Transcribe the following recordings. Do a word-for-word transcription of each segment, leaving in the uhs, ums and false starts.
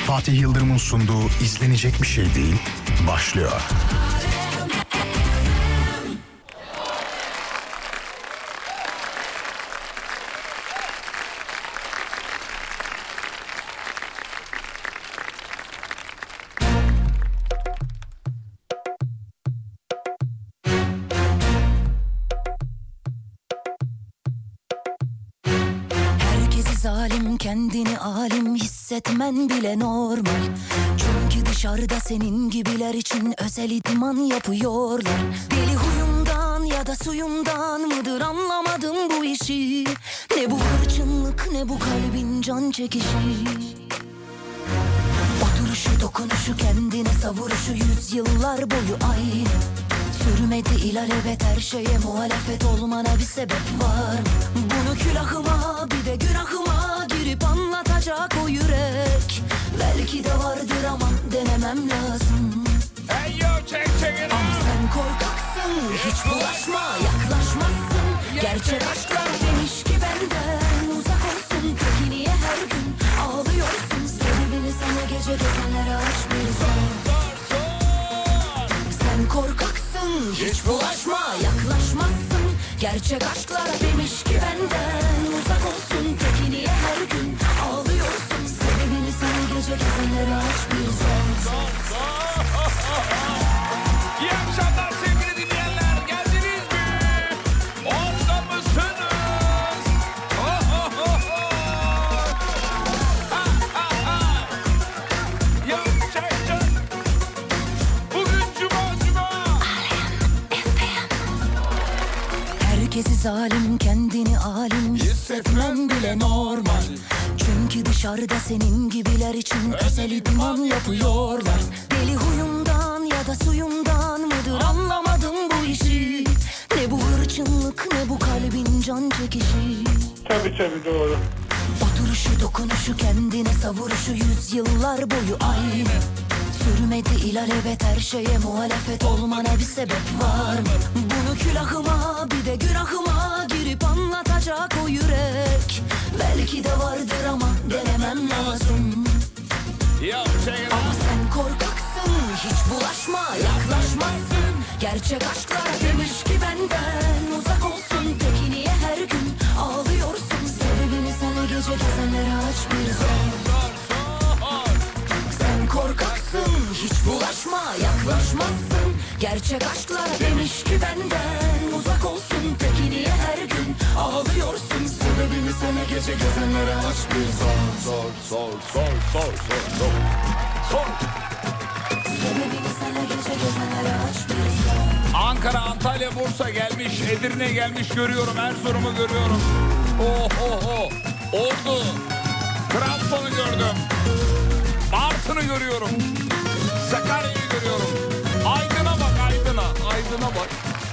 Fatih Yıldırım'ın sunduğu izlenecek bir şey değil başlıyor. Zalim kendini alim hissetmen bile normal. Çünkü dışarıda senin gibiler için özel idman yapıyorlar. Deli huyundan ya da suyundan mıdır anlamadım bu işi. Ne bu hırçınlık ne bu kalbin can çekişi. Oturuşu dokunuşu kendine savuruşu yüzyıllar boyu aynı. Sürmedi ilelebet her şeye muhalefet olmana bir sebep var. Bunu külahıma bir de günahıma girip anlatacak o yürek. Belki de vardır ama denemem lazım. Hey yo, check, check it out. Ama sen korkaksın, hiç bulaşma, yaklaşmazsın. Gerçek aşklar demiş ki benden uzak olsun. Peki niye her gün ağlıyorsun? Sebebini sana gece gezenlere aç bir sor. Sen korkaksın, hiç bulaşma, yaklaşmazsın. Gerçek aşklar demiş ki benden uzak olsun. Peki niye her gün ağlıyorsun? Sebebini sana gece gezenlere aç bir sor. İyi akşamlar sevgili dinleyenler, geldiniz mi? Orada mısınız? Oh, oh, oh, oh. Ha, ha, ha. Ya, çay, çay. Bugün cuma cuma. Herkesi zalim kendini alim hissetmen bile normal. Çünkü dışarıda senin gibiler için özel idman yapıyorlar. Deli huyundan ya da suyundan mıdır anlamadım bu işi. Ne bu hırçınlık ne bu kalbin can çekişi. Tabii tabii doğru. Oturuşu dokunuşu kendine savuruşu yüzyıllar boyu aynı. Sürmedi ilelebet her şeye muhalefet olmana bir sebep var mı? Bunu külahıma bir de günahıma girip anlatacak o yürek. Belki de vardır ama denemem lazım. Ya, check it Ama out. sen korkaksın, hiç bulaşma, yaklaşmazsın. Gerçek aşklar demiş ki benden uzak olsun. Peki niye her gün ağlıyorsun? Sebebini sana gece gezenlere aç bir sor. Sen korkaksın, hiç bulaşma, yaklaşmazsın. Gerçek aşklar demiş ki benden uzak olsun. Peki niye her gün ağlıyorsun? Sebebini sana gece gezenlere aç bir sor. Sor, sor, sor, sor, sor, sor. Sor. Sebebini sana gece gezenlere aç bir sor. Ankara, Antalya, Bursa gelmiş, Edirne gelmiş görüyorum, Erzurum'u görüyorum. Oh oh oh. Ordu, Trabzon'u gördüm. Bartın'ı görüyorum. Sakarya'yı görüyorum. Aydın'a bak, Aydın'a. Aydın'a bak.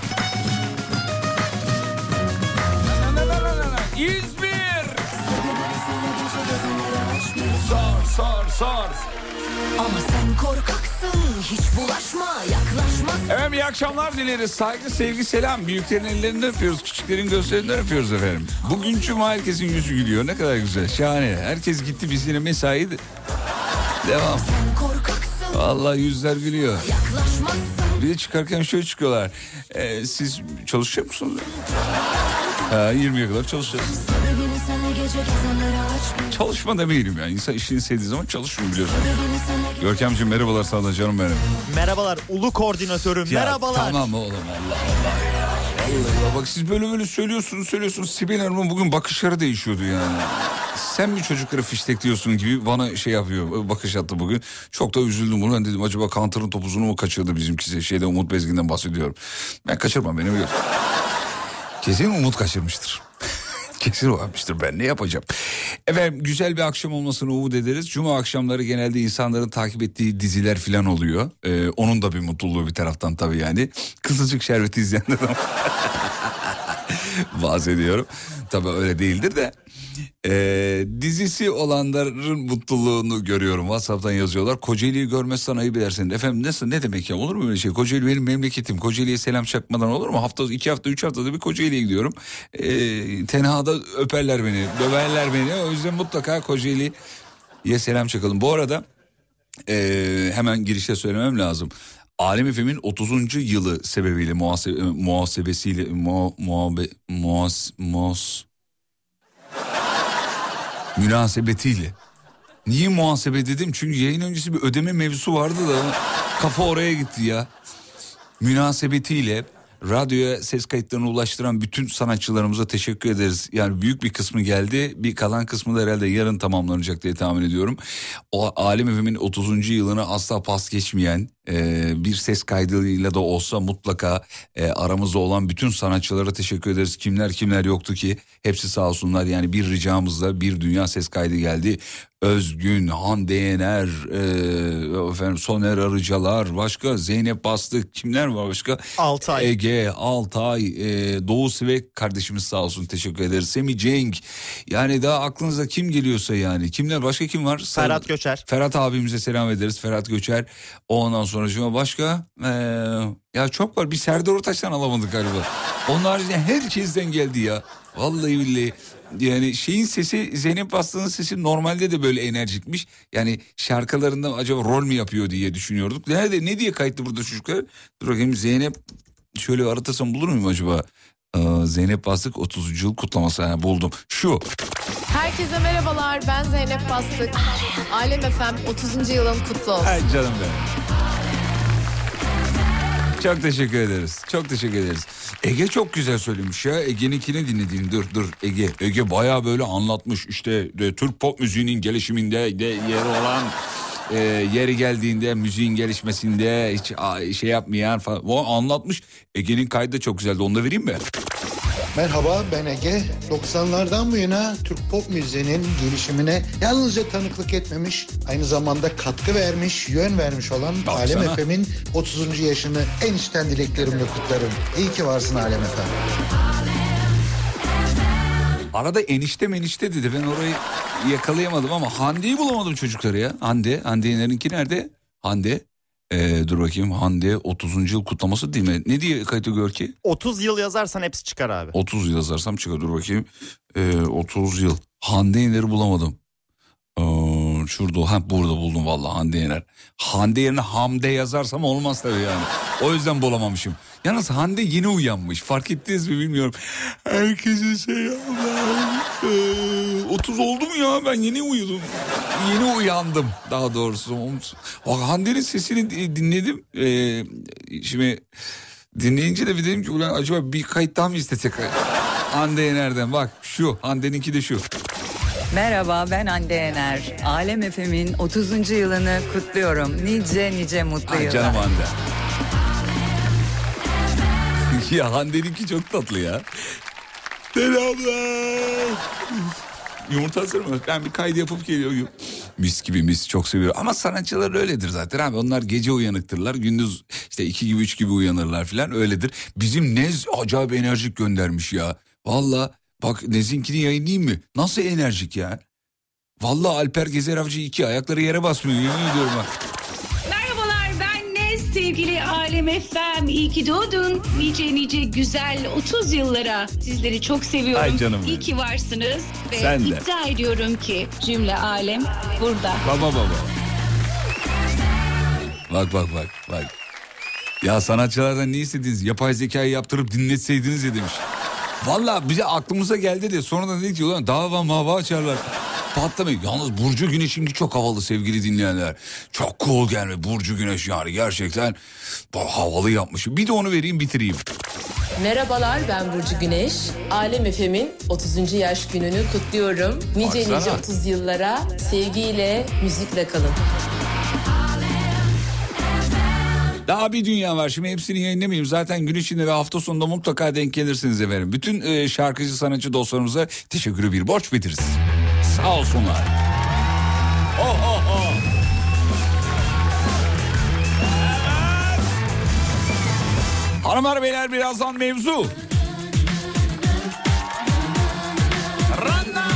Na, na, na, na, na, na. İzmir. Sebebini sana gece gezenlere aç bir sor. Sor, sor, sor. Ama sen korkaksın, hiç bulaşma, yaklaşmazsın. Efendim iyi akşamlar dileriz. Saygı, sevgi, selam. Büyüklerin ellerinden öpüyoruz, küçüklerin gözlerinden öpüyoruz efendim. Bugün cuma, herkesin yüzü gülüyor. Ne kadar güzel, şahane. Herkes gitti, biz yine mesai devam. Sen korkaksın, Vallahi yüzler gülüyor. yaklaşmazsın. Bir de çıkarken şöyle çıkıyorlar. Ee, siz çalışacak mısınız? Ha, yirmiye kadar çalışacağız. Sebebini sana gece gezenlere aç bir Çalışma demeyelim yani. İnsan işini sevdiği zaman çalışmıyor biliyorsun. Sebebini sana Görkemciğim merhabalar sana da canım benim. Merhabalar ulu koordinatörüm. Ya, Merhabalar. Tamam oğlum Allah Allah ya. Vallahi bak siz böyle böyle söylüyorsunuz söylüyorsunuz. Sibel Hanım'ın bugün bakışları değişiyordu yani. Sen mi çocukları fiştekliyorsun gibi bana şey yapıyor, bakış attı bugün. Çok da üzüldüm bunu. Ben dedim acaba Counter'ın topuzunu mu kaçırdı bizimkisi? Şeyde Umut Bezgin'den bahsediyorum. Ben kaçırmam, beni biliyorsun. Kesin Umut kaçırmıştır. Kesin o yapmıştır, ben ne yapacağım. Efendim güzel bir akşam olmasını umut ederiz. Cuma akşamları genelde insanların takip ettiği diziler falan oluyor. Ee, onun da bir mutluluğu bir taraftan tabii yani. Kızılcık Şerbeti izleyenlerden bahsediyorum. Tabii öyle değildir de. Ee, dizisi olanların mutluluğunu görüyorum. WhatsApp'tan yazıyorlar. Kocaeli'yi görmezsen ayıp edersin. Efendim nasıl, ne demek ya, olur mu öyle şey? Kocaeli benim memleketim. Kocaeli'ye selam çakmadan olur mu? Hafta iki hafta üç haftada bir Kocaeli'ye gidiyorum. Ee, tenhada öperler beni, döverler beni. O yüzden mutlaka Kocaeli'ye selam çakalım. Bu arada Ee, hemen girişte söylemem lazım. Alem F M'in otuzuncu yılı sebebiyle muhasebe, muhasebesiyle muha, muhabe, muhas, muhas, münasebetiyle. Niye muhasebe dedim? Çünkü yayın öncesi bir ödeme mevzusu vardı da kafa oraya gitti ya. Münasebetiyle radyoya ses kayıtlarını ulaştıran bütün sanatçılarımıza teşekkür ederiz. Yani büyük bir kısmı geldi, bir kalan kısmı da herhalde yarın tamamlanacak diye tahmin ediyorum. O Alem F M'in otuzuncu yılını asla pas geçmeyen, e, bir ses kaydıyla da olsa mutlaka e, aramızda olan bütün sanatçılara teşekkür ederiz. Kimler kimler yoktu ki, hepsi sağ olsunlar. Yani bir ricamızla bir dünya ses kaydı geldi. Özgün, Hande Yener, e, efendim Soner Arıcalar, başka Zeynep Bastık, kimler var başka? Altay. Ege, Altay, e, Doğu Sivek kardeşimiz sağ olsun, teşekkür ederiz. Semih Cenk, yani daha aklınıza kim geliyorsa yani. Kimler, başka kim var? Ferhat Göçer. Ferhat abimize selam ederiz, Ferhat Göçer. Ondan sonra şuna başka? Ee, ya çok var, bir Serdar Ortaç'tan alamadık galiba. Onun haricinde herkesten geldi ya. Vallahi billahi. Yani şeyin sesi, Zeynep Bastık'ın sesi normalde de böyle enerjikmiş. Yani şarkılarında acaba rol mü yapıyor diye düşünüyorduk. Nerede, ne diye kayıtlı burada çocuklar? Dur bakayım, Zeynep, şöyle aratasam bulur muyum acaba? Ee, Zeynep Bastık otuzuncu yıl kutlaması, yani buldum. Şu. Herkese merhabalar, ben Zeynep Bastık. Alem F M otuzuncu yılın kutlu olsun. Ay canım benim. Çok teşekkür ederiz. Çok teşekkür ederiz. Ege çok güzel söylemiş ya. Ege'ninkini dinlediğim. Dur dur Ege. Ege bayağı böyle anlatmış. İşte de, Türk pop müziğinin gelişiminde de, yeri olan, e, yeri geldiğinde müziğin gelişmesinde hiç a, şey yapmayan falan. O anlatmış. Ege'nin kaydı da çok güzeldi. Onu da vereyim mi? Merhaba, ben Ege. doksanlardan bu yana Türk pop müziğinin gelişimine yalnızca tanıklık etmemiş, aynı zamanda katkı vermiş, yön vermiş olan Baksana. Alem F M'in otuzuncu yaşını en içten dileklerimle kutlarım. İyi ki varsın Alem F M. Arada enişte menişte dedi. Ben orayı yakalayamadım ama Hande'yi bulamadım çocukları ya. Hande, Hande Yener'inki nerede? Hande. Ee, dur bakayım, Hande otuzuncu yıl kutlaması değil mi? Ne diye kategori ki? otuz yıl yazarsan hepsi çıkar abi. otuz yıl yazarsam çıkar, dur bakayım. Ee, otuz yıl. Hande Yener'i bulamadım. Ee, şurada, ha burada buldum vallahi, Hande Yener. Hande yerine Hamde yazarsam olmaz tabii yani. O yüzden bulamamışım. Yalnız Hande yeni uyanmış. Fark ettiniz mi bilmiyorum. Herkese selamlar. Ee, otuz oldu mu ya? Ben yeni uyudum. Yeni uyandım daha doğrusu. Bak, Hande'nin sesini dinledim. Ee, şimdi dinleyince de bir dedim ki ulan acaba bir kayıt daha mı istesek? Hande Yener'den bak şu. Hande'ninki de şu. Merhaba, ben Hande Yener. Alem F M'in otuzuncu yılını kutluyorum. Nice nice mutlu Ay yıllar. canım Hande. Ya Hande'ninki çok tatlı ya. Selamlar. Yumurta hazır mı? Ben bir kaydı yapıp geliyorum. Mis gibi mis, çok seviyorum. Ama sanatçılar öyledir zaten abi. Onlar gece uyanıktırlar. Gündüz işte iki gibi üç gibi uyanırlar falan, öyledir. Bizim Nez acayip enerjik göndermiş ya. Valla bak, Nez'inkini yayınlayayım mı? Nasıl enerjik ya? Valla Alper Gezer Avcı iki, ayakları yere basmıyor, yemin ediyorum bak. Merhabalar, ben Nez, sevgili Alem F M. İyi ki doğdun. Nice nice güzel otuz yıllara. Sizleri çok seviyorum. Ay canım İyi benim. ki varsınız. Ve Sen de. iddia ediyorum ki cümle alem burada. Baba baba. Bak bak bak bak. Ya sanatçılardan ne istediniz? Yapay zekayı yaptırıp dinletseydiniz ya demiş. Valla bize aklımıza geldi de sonradan dedik ki ulan dava mava açarlar. Patlamayın. Yalnız Burcu Güneş'inki çok havalı sevgili dinleyenler. Çok cool gelme Burcu Güneş, yani gerçekten havalı yapmış. Bir de onu vereyim, bitireyim. Merhabalar, ben Burcu Güneş. Alem F M'in otuzuncu yaş gününü kutluyorum. Nice Baksana. nice otuz yıllara sevgiyle, müzikle kalın. Daha bir dünya var, şimdi hepsini yayınlamayayım. Zaten gün içinde ve hafta sonunda mutlaka denk gelirsiniz efendim. Bütün e, şarkıcı sanatçı dostlarımıza teşekkürü bir borç biliriz. Sağ olsunlar. Oh oh oh. Hanımlar beyler, birazdan mevzu. Rana.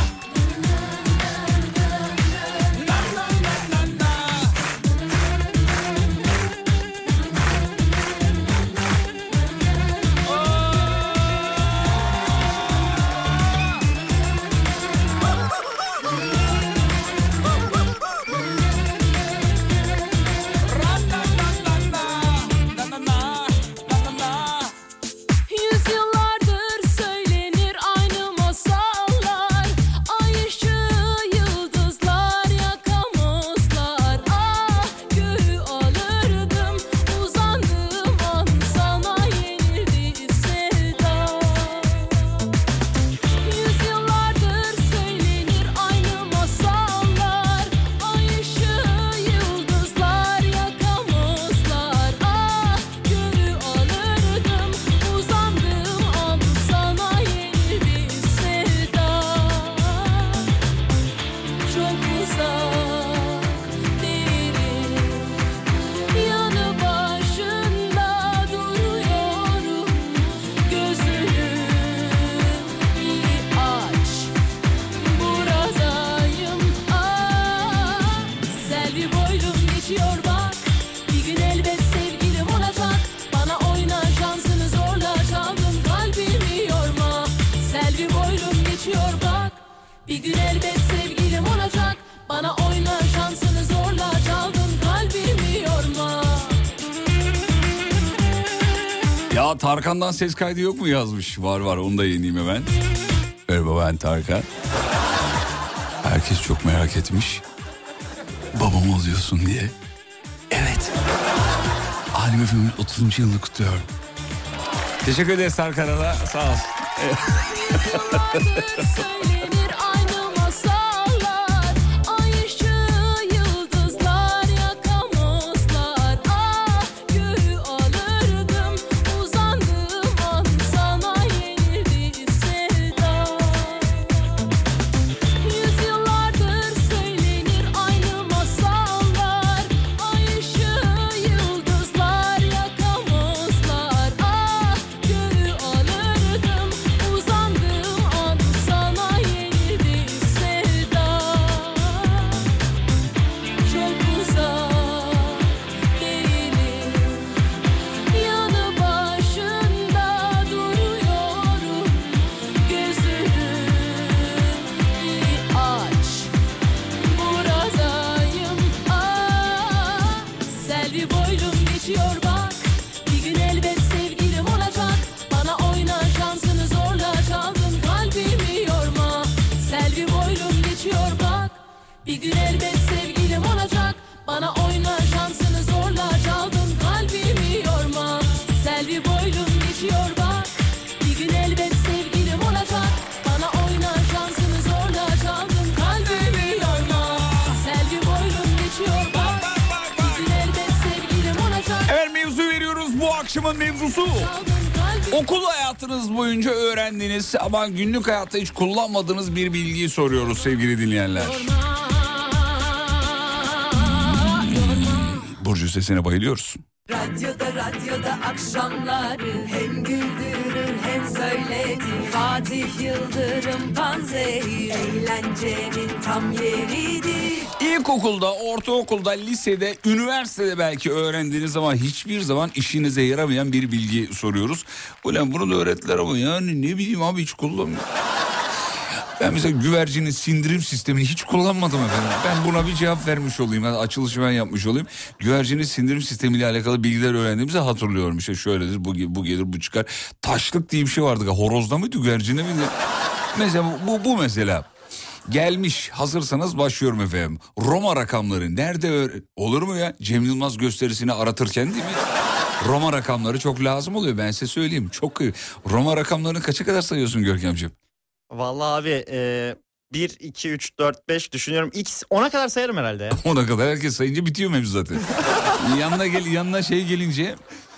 Aa, Tarkan'dan ses kaydı yok mu yazmış? Var var, onu da yeneyim hemen. Merhaba, ben Tarkan. Herkes çok merak etmiş. Babam oluyorsun diye. Evet. Alem Efem'in otuzuncu yılını kutluyorum. Teşekkür ederiz Tarkan'a da. Sağ olsun. Bir gün elbet sevgilim olacak. Bana oyna şansını zorla çaldın kalbimi yorma. Selvi boylum geçiyor bak. Bir gün elbet sevgilim olacak. Bana oyna şansını zorla çaldın kalbimi yorma. Selvi boylum geçiyor bak. Bir gün elbet sevgilim olacak. Evet, mevzu veriyoruz, bu akşamın mevzusu. Okul hayatınız boyunca öğrendiğiniz ama günlük hayatta hiç kullanmadığınız bir bilgiyi soruyoruz sevgili dinleyenler. Burcu sesine bayılıyoruz. Radyoda radyoda akşamları hem güldürür hem söyletir. Fatih Yıldırım Panzehir eğlencenin tam yeridir. İlkokulda, ortaokulda, lisede, üniversitede belki öğrendiğiniz ama hiçbir zaman işinize yaramayan bir bilgi soruyoruz. Ulan bunu da öğrettiler ama yani ne bileyim abi, hiç kullanmıyorum. Ben mesela güvercinin sindirim sistemini hiç kullanmadım efendim. Ben buna bir cevap vermiş olayım. Yani açılışı ben yapmış olayım. Güvercinin sindirim sistemiyle alakalı bilgiler öğrendiğimizi hatırlıyorum. İşte şöyledir, bu, bu gelir, bu çıkar. Taşlık diye bir şey vardı. Horozda mıydı, güvercinde miydi? Mesela bu, bu mesela. Gelmiş, hazırsanız başlıyorum efendim. Roma rakamları nerede öğren... Olur mu ya? Cem Yılmaz gösterisini aratırken değil mi? Roma rakamları çok lazım oluyor, ben size söyleyeyim. Çok Roma rakamlarını kaça kadar sayıyorsun Görkemciğim? Vallahi abi e, bir, iki, üç, dört, beş düşünüyorum. X ona kadar sayarım herhalde ya. Ona kadar herkes sayınca bitiyor mevzu zaten. yanına gel, yanına şey gelince...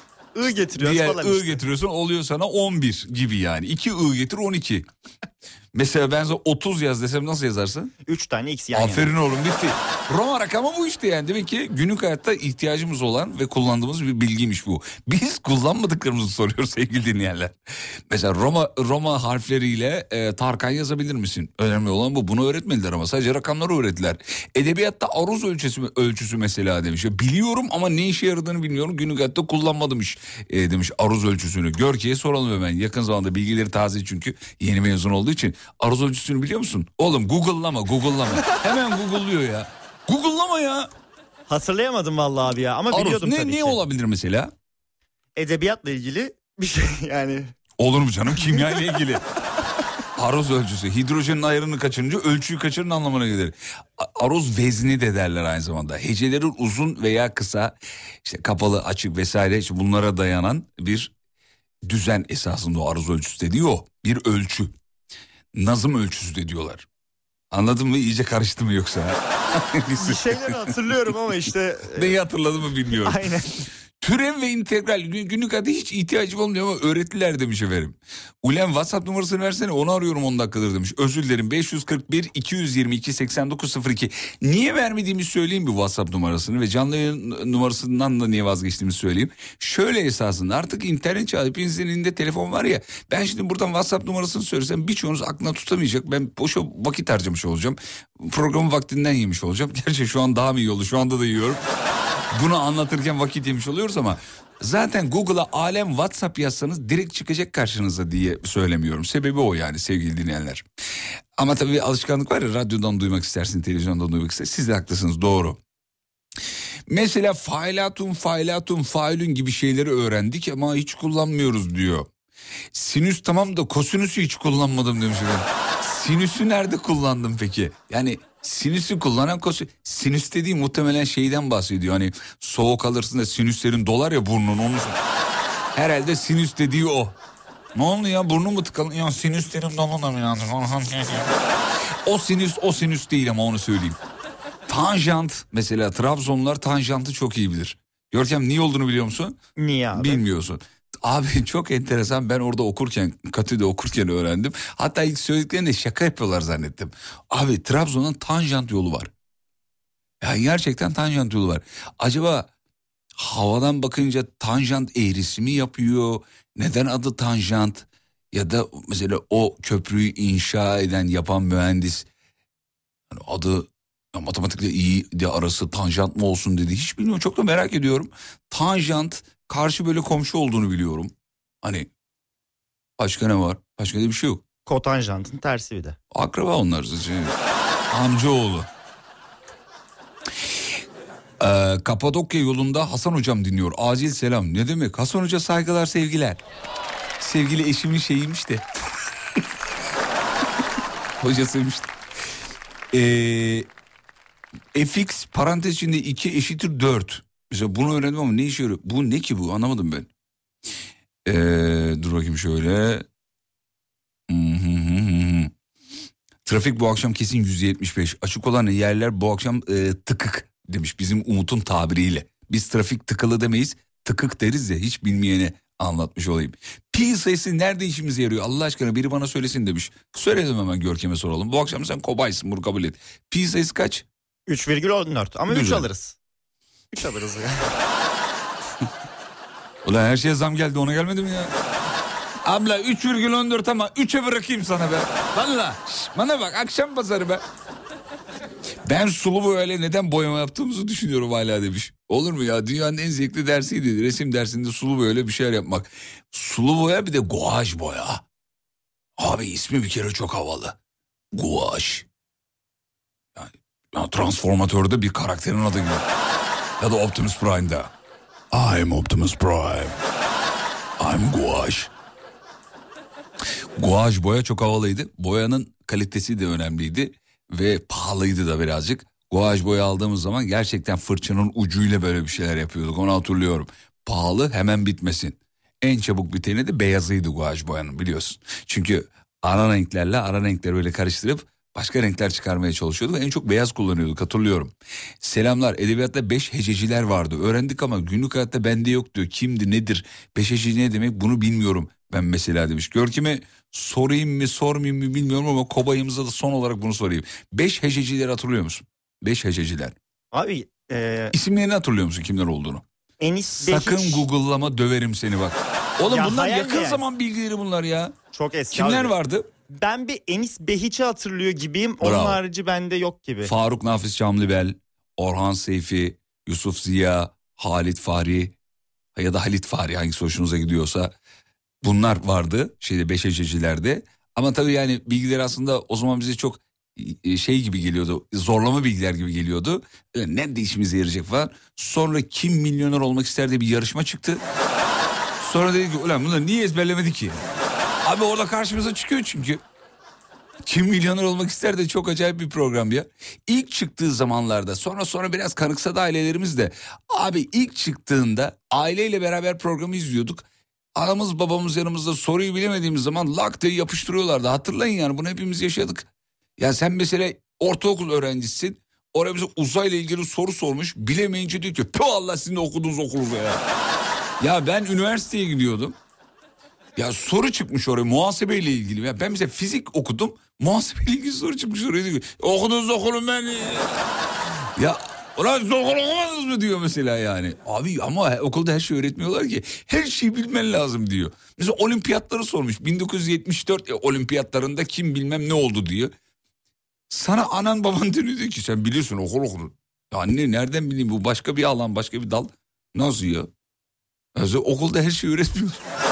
I getiriyorsun diğer falan I işte. getiriyorsun, oluyor sana on bir gibi yani. iki I getir on iki. Mesela ben sana otuz yaz desem nasıl yazarsın? üç tane X yan Aferin yana. oğlum, bitti. Roma rakamı bu işte yani. Demek ki günlük hayatta ihtiyacımız olan ve kullandığımız bir bilgiymiş bu. Biz kullanmadıklarımızı soruyoruz sevgili dinleyenler. Mesela Roma Roma harfleriyle e, Tarkan yazabilir misin? Önemli olan bu. Bunu öğretmediler ama sadece rakamları öğrettiler. Edebiyatta aruz ölçüsü, ölçüsü mesela demiş. Ya, biliyorum ama ne işe yaradığını bilmiyorum. Günlük hayatta kullanmadım iş e, demiş aruz ölçüsünü. Görke'ye soralım hemen. Yakın zamanda bilgileri taze çünkü yeni mezun olduğu için. Aruz ölçüsünü biliyor musun? Oğlum Google'lama, Google'lama. Hemen Google'lıyor ya. Google'lama ya. Hatırlayamadım vallahi abi ya ama Aruz, biliyordum ne, tabii ne ki. olabilir mesela? Edebiyatla ilgili bir şey yani. Olur mu canım, kimya ile ilgili. Aruz ölçüsü. Hidrojenin ayarını kaçırınca ölçüyü kaçırın anlamına gelir. Aruz vezni de derler aynı zamanda. Hecelerin uzun veya kısa, işte kapalı, açık vesaire, işte bunlara dayanan bir düzen esasında o aruz ölçüsü dediği o. Bir ölçü. Nazım ölçüsü de diyorlar. Anladın mı? İyice karıştı mı yoksa? Bir şeyleri hatırlıyorum ama işte. Neyi hatırladım mı bilmiyorum. Aynen. Türev ve integral günlük hayatta hiç ihtiyacım olmuyor ama öğrettiler demiş efendim. Ulan WhatsApp numarasını versene, onu arıyorum on dakikadır demiş. Özür dilerim, beş yüz kırk bir iki yüz yirmi iki seksen dokuz sıfır iki. Niye vermediğimi söyleyeyim bir WhatsApp numarasını ve canlı yayın numarasından da niye vazgeçtiğimi söyleyeyim. Şöyle esasında artık internet çağı, hepinizin elinde telefon var ya. Ben şimdi buradan WhatsApp numarasını söylesem birçoğunuz aklına tutamayacak. Ben boşa vakit harcamış olacağım. Programın vaktinden yemiş olacağım. Gerçi şu an daha mı iyi oldu, şu anda da yiyorum. Bunu anlatırken vakit yemiş oluyoruz ama zaten Google'a alem WhatsApp yazsanız direkt çıkacak karşınıza diye söylemiyorum. Sebebi o yani sevgili dinleyenler. Ama tabii alışkanlık var ya, radyodan duymak istersin, televizyondan duymak istersin. Siz de haklısınız, doğru. Mesela failatun, failatun, failün gibi şeyleri öğrendik ama hiç kullanmıyoruz diyor. Sinüs tamam da kosinüsü hiç kullanmadım demiş. Sinüsü nerede kullandım peki? Yani sinüsü kullanan kosinüs. Sinüs dediği muhtemelen şeyden bahsediyor. Hani soğuk alırsın da sinüslerin dolar ya burnun. Onu... Herhalde sinüs dediği o. Ne oldu ya, burnum mu tıkalı? Ya sinüslerim dolanam yani. O sinüs o sinüs değil ama onu söyleyeyim. Tanjant mesela, Trabzonlular tanjantı çok iyi bilir. Görkem niye olduğunu biliyor musun? Niye abi? Bilmiyorsun. Abi çok enteresan, ben orada okurken, Katü'de okurken öğrendim. Hatta ilk söylediklerinde şaka yapıyorlar zannettim. Abi Trabzon'un tanjant yolu var. Ya gerçekten tanjant yolu var. Acaba havadan bakınca tanjant eğrisi mi yapıyor? Neden adı tanjant? Ya da mesela o köprüyü inşa eden, yapan mühendis yani adı ya matematikle iyi diye arası tanjant mı olsun dedi. Hiç bilmiyorum, çok da merak ediyorum. Tanjant karşı böyle komşu olduğunu biliyorum. Hani başka ne var? Başka da bir şey yok. Kotanjantın tersi bir de. Akraba onlar zaten. Amcaoğlu. Ee, Kapadokya yolunda Hasan hocam dinliyor. Acil selam. Ne demek? Hasan hoca saygılar, sevgiler. Sevgili eşimin şeyiymiş de. Hocasıymış da. Ee, F X parantez içinde iki eşittir dört. Mesela bunu öğrendim ama ne işe yarıyor? Bu ne ki bu? Anlamadım ben. Ee, dur bakayım şöyle. Trafik bu akşam kesin yüzde yetmiş beş. Açık olan yerler bu akşam e, tıkık demiş bizim Umut'un tabiriyle. Biz trafik tıkalı demeyiz, tıkık deriz ya, hiç bilmeyene anlatmış olayım. Pi sayısı nerede işimize yarıyor Allah aşkına, biri bana söylesin demiş. Söyledim, hemen Görkem'e soralım. Bu akşam sen kobaysın, bunu kabul et. Pi sayısı kaç? üç virgül on dört ama Güzel. üç alırız. üç alırız ya. Ulan her şeye zam geldi, ona gelmedi mi ya? Abla üç virgül on dört ama üçe bırakayım sana be. Valla bana bak, akşam pazarı be. Ben sulu boyayla neden boyama yaptığımızı düşünüyorum hala demiş. Olur mu ya, dünyanın en zevkli dersiydi. Resim dersinde sulu boyayla bir şeyler yapmak. Sulu boya bir de guaj boya. Abi ismi bir kere çok havalı. Guaj. Yani, yani Transformatör'de bir karakterin adı gibi. Ya da Optimus Prime'da. I'm Optimus Prime. I'm Guaj. Guaj boya çok havalıydı. Boyanın kalitesi de önemliydi. Ve pahalıydı da birazcık. Guaj boya aldığımız zaman gerçekten fırçanın ucuyla böyle bir şeyler yapıyorduk. Onu hatırlıyorum. Pahalı, hemen bitmesin. En çabuk biteni de beyazıydı guaj boyanın, biliyorsun. Çünkü ara renklerle ara renkleri böyle karıştırıp başka renkler çıkarmaya çalışıyorduk. En çok beyaz kullanıyorduk, hatırlıyorum. Selamlar, edebiyatta beş hececiler vardı. Öğrendik ama günlük hayatta bende yok diyor. Kimdi, nedir? Beş hececi ne demek bunu bilmiyorum ben mesela demiş. Görkem'e sorayım mı sormayayım mı bilmiyorum ama kobayımıza da son olarak bunu sorayım. Beş hececileri hatırlıyor musun? Beş hececiler. Abi e... isimlerini hatırlıyor musun, kimler olduğunu? Enis Sakın Behiç. Google'lama, döverim seni bak. Oğlum Ya bunlar hayal yakın yani. zaman bilgileri bunlar ya. Çok eski. Kimler abi. vardı? Ben bir Enis Behiç'i hatırlıyor gibiyim. Onun Bravo. harici bende yok gibi. Faruk Nafiz Çamlıbel, Orhan Seyfi, Yusuf Ziya, Halit Fahri ya da Halit Fahri, hangisi hoşunuza gidiyorsa. Bunlar vardı şeyde, beş hececilerde. Ama tabii yani bilgiler aslında o zaman bize çok şey gibi geliyordu. Zorlama bilgiler gibi geliyordu. Ne de işimize yarayacak falan. Sonra kim milyoner olmak ister diye bir yarışma çıktı. Sonra dedik ki ulan bunları niye ezberlemedik ki? Abi orada karşımıza çıkıyor çünkü. Kim milyoner olmak ister de çok acayip bir program ya. İlk çıktığı zamanlarda, sonra sonra biraz kanıksadı ailelerimiz de. Abi ilk çıktığında aileyle beraber programı izliyorduk. Anamız babamız yanımızda, soruyu bilemediğimiz zaman lak diye yapıştırıyorlardı. Hatırlayın yani, bunu hepimiz yaşadık. Ya sen mesela ortaokul öğrencisin. Oraya bize uzayla ilgili soru sormuş. Bilemeyince diyor ki pü Allah sizin de okuduğunuz okulunuza ya. Ya ben üniversiteye gidiyordum. Ya soru çıkmış oraya muhasebeyle ilgili. Ya ben mesela fizik okudum. Muhasebeyle ilgili soru çıkmış oraya. Diyor, okuduğunuz okulum ben. Ya ulan siz okul okumadınız mı diyor mesela yani. Abi ama okulda her şeyi öğretmiyorlar ki. Her şeyi bilmen lazım diyor. Mesela olimpiyatları sormuş. bin dokuz yüz yetmiş dört olimpiyatlarında kim bilmem ne oldu diyor. Sana anan baban diyor ki sen biliyorsun, okul okudun. Ya anne nereden bileyim, bu başka bir alan, başka bir dal. Nasıl ya? Yani okulda her şeyi öğretmiyor.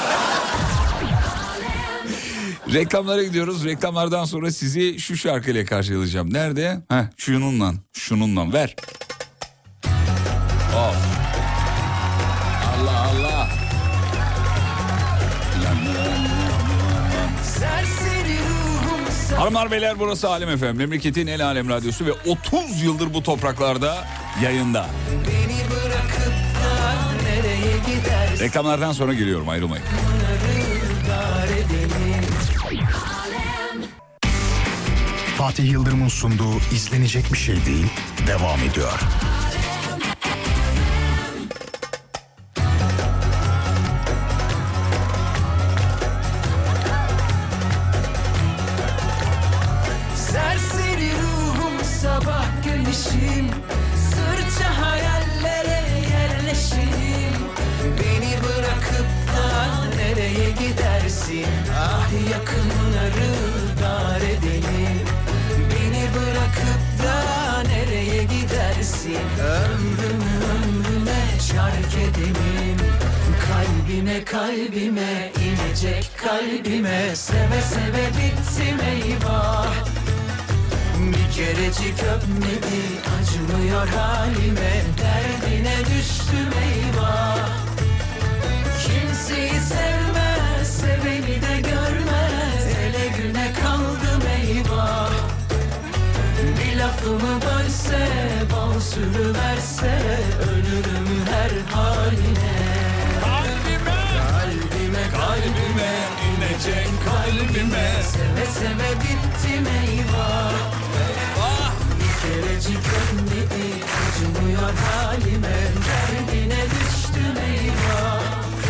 Reklamlara gidiyoruz. Reklamlardan sonra sizi şu şarkıyla karşılayacağım. Nerede? Heh, şununla, şununla ver. Of. Allah Allah. Hanımlar beyler, burası Alem F M. Memleketin en alem radyosu ve otuz yıldır bu topraklarda yayında. Reklamlardan sonra geliyorum, ayrılmayın. Fatih Yıldırım'ın sunduğu izlenecek bir şey değil devam ediyor. Serseri ruhum sabah güneşim, sırça hayallere yerleşim. Beni bırakıp da nereye gidersin? Ah yakınları dar edelim. Beni bırakıp da nereye gidersin? Ömrümü ömrüme şark edelim. Kalbime kalbime inecek kalbime, seve seve bittim eyvah. Bir kerecik öpmedi acımıyor halime, derdine düştüm eyvah. Kimseyi sevmez, seveni de görmez, ele güne kaldım eyvah. Bir lafımı bölse, bal sürüverse, ölürüm her haline. Kalbime, kalbime, inecek kalbime, seve seve bittim eyvah. Eyvah. Bir kerecik öpmedi acımıyor halime, derdine düştüm eyvah.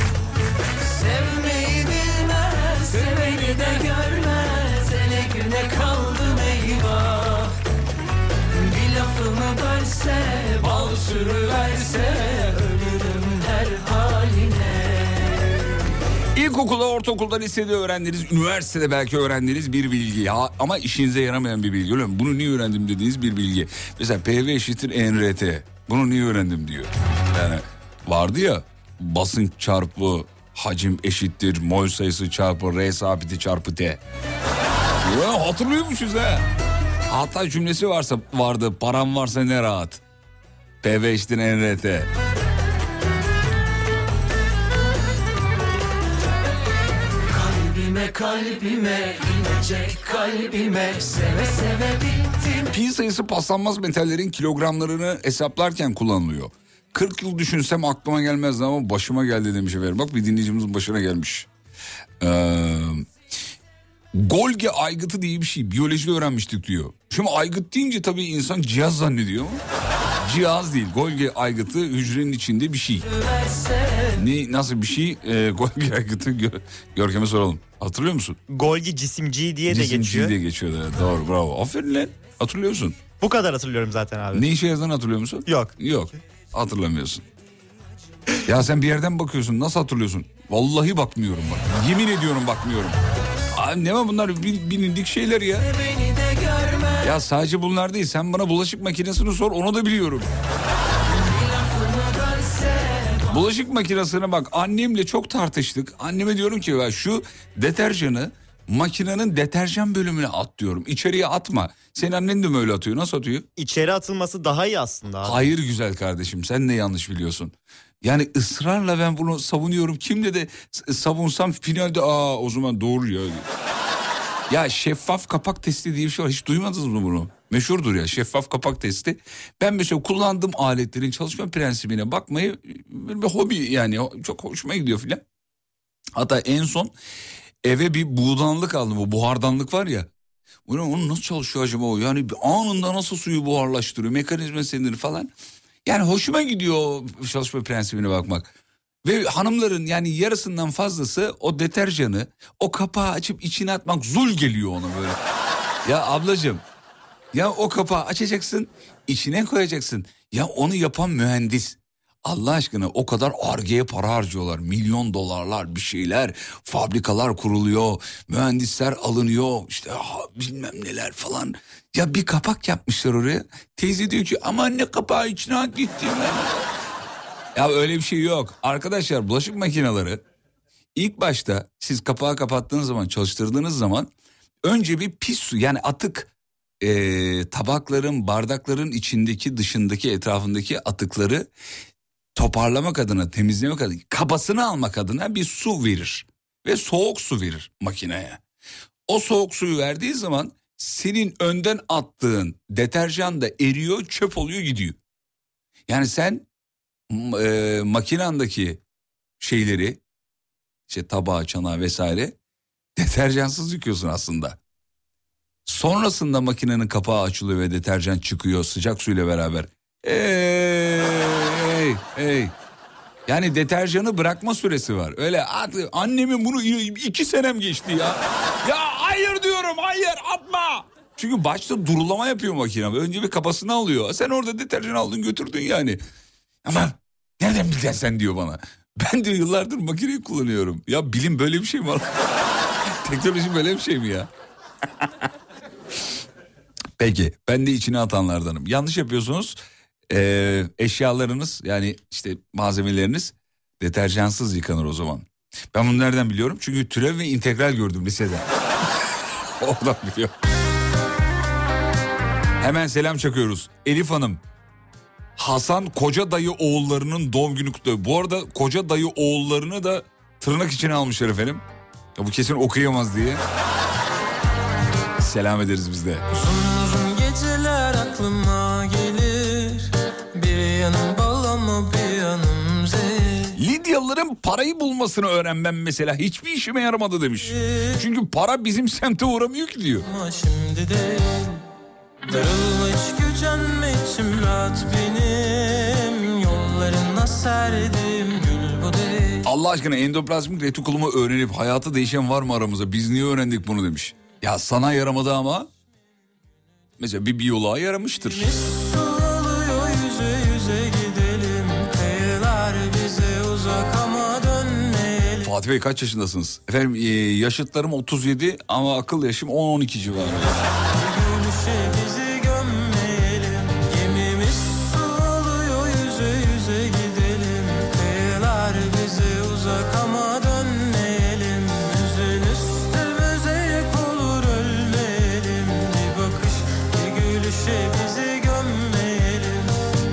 Sevmeyi bilmez, seveni de görmez, ele güne kaldım eyvah. Bir lafımı bölse, bal sürüverse, ölürüm her haline. İlkokulda, ortaokulda, lisede öğrendiğiniz, üniversitede belki öğrendiğiniz bir bilgi. Ya, ama işinize yaramayan bir bilgi. Öyle mi? Bunu niye öğrendim dediğiniz bir bilgi. Mesela P V eşittir N R T. Bunu niye öğrendim diyor. Yani vardı ya, basınç çarpı hacim eşittir mol sayısı çarpı R sabiti çarpı T. Ya, hatırlıyormuşuz ha. Hatta cümlesi varsa vardı, param varsa ne rahat. P V eşittir N R T. Kalbime kalbime inecek kalbime, seve seve bittim. Pi sayısı paslanmaz metallerin kilogramlarını hesaplarken kullanılıyor. kırk yıl düşünsem aklıma gelmezdi ama başıma geldi demiş efendim. Bak, bir dinleyicimizin başına gelmiş. Ee, Golgi aygıtı diye bir şey biyolojide öğrenmiştik diyor. Şimdi aygıt deyince tabii insan cihaz zannediyor. Cihaz değil, Golgi aygıtı hücrenin içinde bir şey. Ne, nasıl bir şey? Ee, Golgi aygıtı Gö- Görkem'e soralım. Hatırlıyor musun? Golgi cisimciği diye de Cisimciği geçiyor. diye geçiyor. Evet, doğru, bravo. Aferin lan. Hatırlıyorsun. Bu kadar hatırlıyorum zaten abi. Ne işe yaradığını hatırlıyor musun? Yok. Yok. Hatırlamıyorsun. Ya sen bir yerden bakıyorsun, nasıl hatırlıyorsun? Vallahi bakmıyorum bak. Yemin ediyorum bakmıyorum. Abi ne var bunlar, bilindik şeyler ya. Ya sadece bunlar değil, sen bana bulaşık makinesini sor, onu da biliyorum. Bulaşık makinesine bak, annemle çok tartıştık. Anneme diyorum ki ya şu deterjanı makinenin deterjan bölümüne at diyorum. İçeriye atma. Senin annen de mi öyle atıyor? Nasıl atıyor? İçeri atılması daha iyi aslında abi. Hayır güzel kardeşim, sen de yanlış biliyorsun. Yani ısrarla ben bunu savunuyorum. Kimle de savunsam finalde aa o zaman doğru ya. Ya şeffaf kapak testi diye bir şey var. Hiç duymadınız mı bunu? Meşhurdur ya, şeffaf kapak testi. Ben mesela kullandığım aletlerin çalışma prensibine bakmayı bir hobi, yani çok hoşuma gidiyor filan. Hatta en son eve bir buğdanlık aldım. O buhardanlık var ya. Onun nasıl çalışıyor acaba o? Yani anında nasıl suyu buharlaştırıyor, mekanizmasıdır falan. Yani hoşuma gidiyor çalışma prensibine bakmak. Ve hanımların yani yarısından fazlası o deterjanı o kapağı açıp içine atmak zul geliyor ona böyle. Ya ablacığım, ya o kapağı açacaksın, içine koyacaksın. Ya onu yapan mühendis. Allah aşkına, o kadar Ar-Ge'ye para harcıyorlar. Milyon dolarlar bir şeyler. Fabrikalar kuruluyor. Mühendisler alınıyor. İşte ha, bilmem neler falan. Ya bir kapak yapmışlar oraya. Teyze diyor ki aman ne kapağı içine at gittim ben. Ya öyle bir şey yok. Arkadaşlar, bulaşık makineleri ilk başta siz kapağı kapattığınız zaman, çalıştırdığınız zaman önce bir pis su, yani atık e, tabakların, bardakların içindeki, dışındaki, etrafındaki atıkları toparlamak adına, temizlemek adına, kabasını almak adına bir su verir. Ve soğuk su verir makineye. O soğuk suyu verdiği zaman senin önden attığın deterjan da eriyor, çöp oluyor, gidiyor. Yani sen e, makinandaki şeyleri, işte tabağı, çanağı vesaire deterjansız yıkıyorsun aslında. Sonrasında makinenin kapağı açılıyor ve deterjan çıkıyor sıcak suyla beraber. Ey, ey, ey. Yani deterjanı bırakma süresi var. Öyle annemin bunu iki senem geçti ya. Ya hayır diyorum, hayır atma. Çünkü başta durulama yapıyor makine. Önce bir kafasını alıyor. Sen orada deterjan aldın götürdün yani. Ama nereden bileceksin sen diyor bana. Ben diyor yıllardır makineyi kullanıyorum. Ya bilim böyle bir şey mi var? Teknoloji böyle bir şey mi ya? Peki ben de içine atanlardanım. Yanlış yapıyorsunuz. Ee, eşyalarınız yani işte malzemeleriniz deterjansız yıkanır o zaman. Ben bunu nereden biliyorum? Çünkü türev ve integral gördüm lisede. Oradan biliyorum. Hemen selam çakıyoruz. Elif Hanım. Hasan koca dayı oğullarının doğum günü kutluyor. Bu arada koca dayı oğullarını da tırnak içine almışlar efendim. Ya bu kesin okuyamaz diye. Selam ederiz biz de. Uzun uzun geceler aklıma gelir. Bir yanım bal ama bir yanım zehir. Lidyalıların parayı bulmasını öğrenmem mesela hiçbir işime yaramadı demiş. Çünkü para bizim semte uğramıyor ki diyor. Ama şimdi değil. Darılma hiç gücenme içim rahat benim. Yollarına serdim gül bu değil. Allah aşkına endoplazmik retikulumu öğrenip hayatı değişen var mı aramızda? Biz niye öğrendik bunu demiş. Ya sana yaramadı ama mesela bir biyoloğa yaramıştır. Oluyor, yüze yüze gidelim. Kıyılar bize uzak ama dönmeyelim. Fatih Bey kaç yaşındasınız? Efendim e, yaşıtlarım otuz yedi ama akıl yaşım on on iki civarı. Gülüşe bizi gömmeyelim. Gemimiz oluyor, yüze yüze gidelim. Kıyılar bize uzak ama dönmeyelim. Yüzün üstümüze yek olur ölmeyelim. Bir bakış, bir gülüşe bizi gömmeyelim.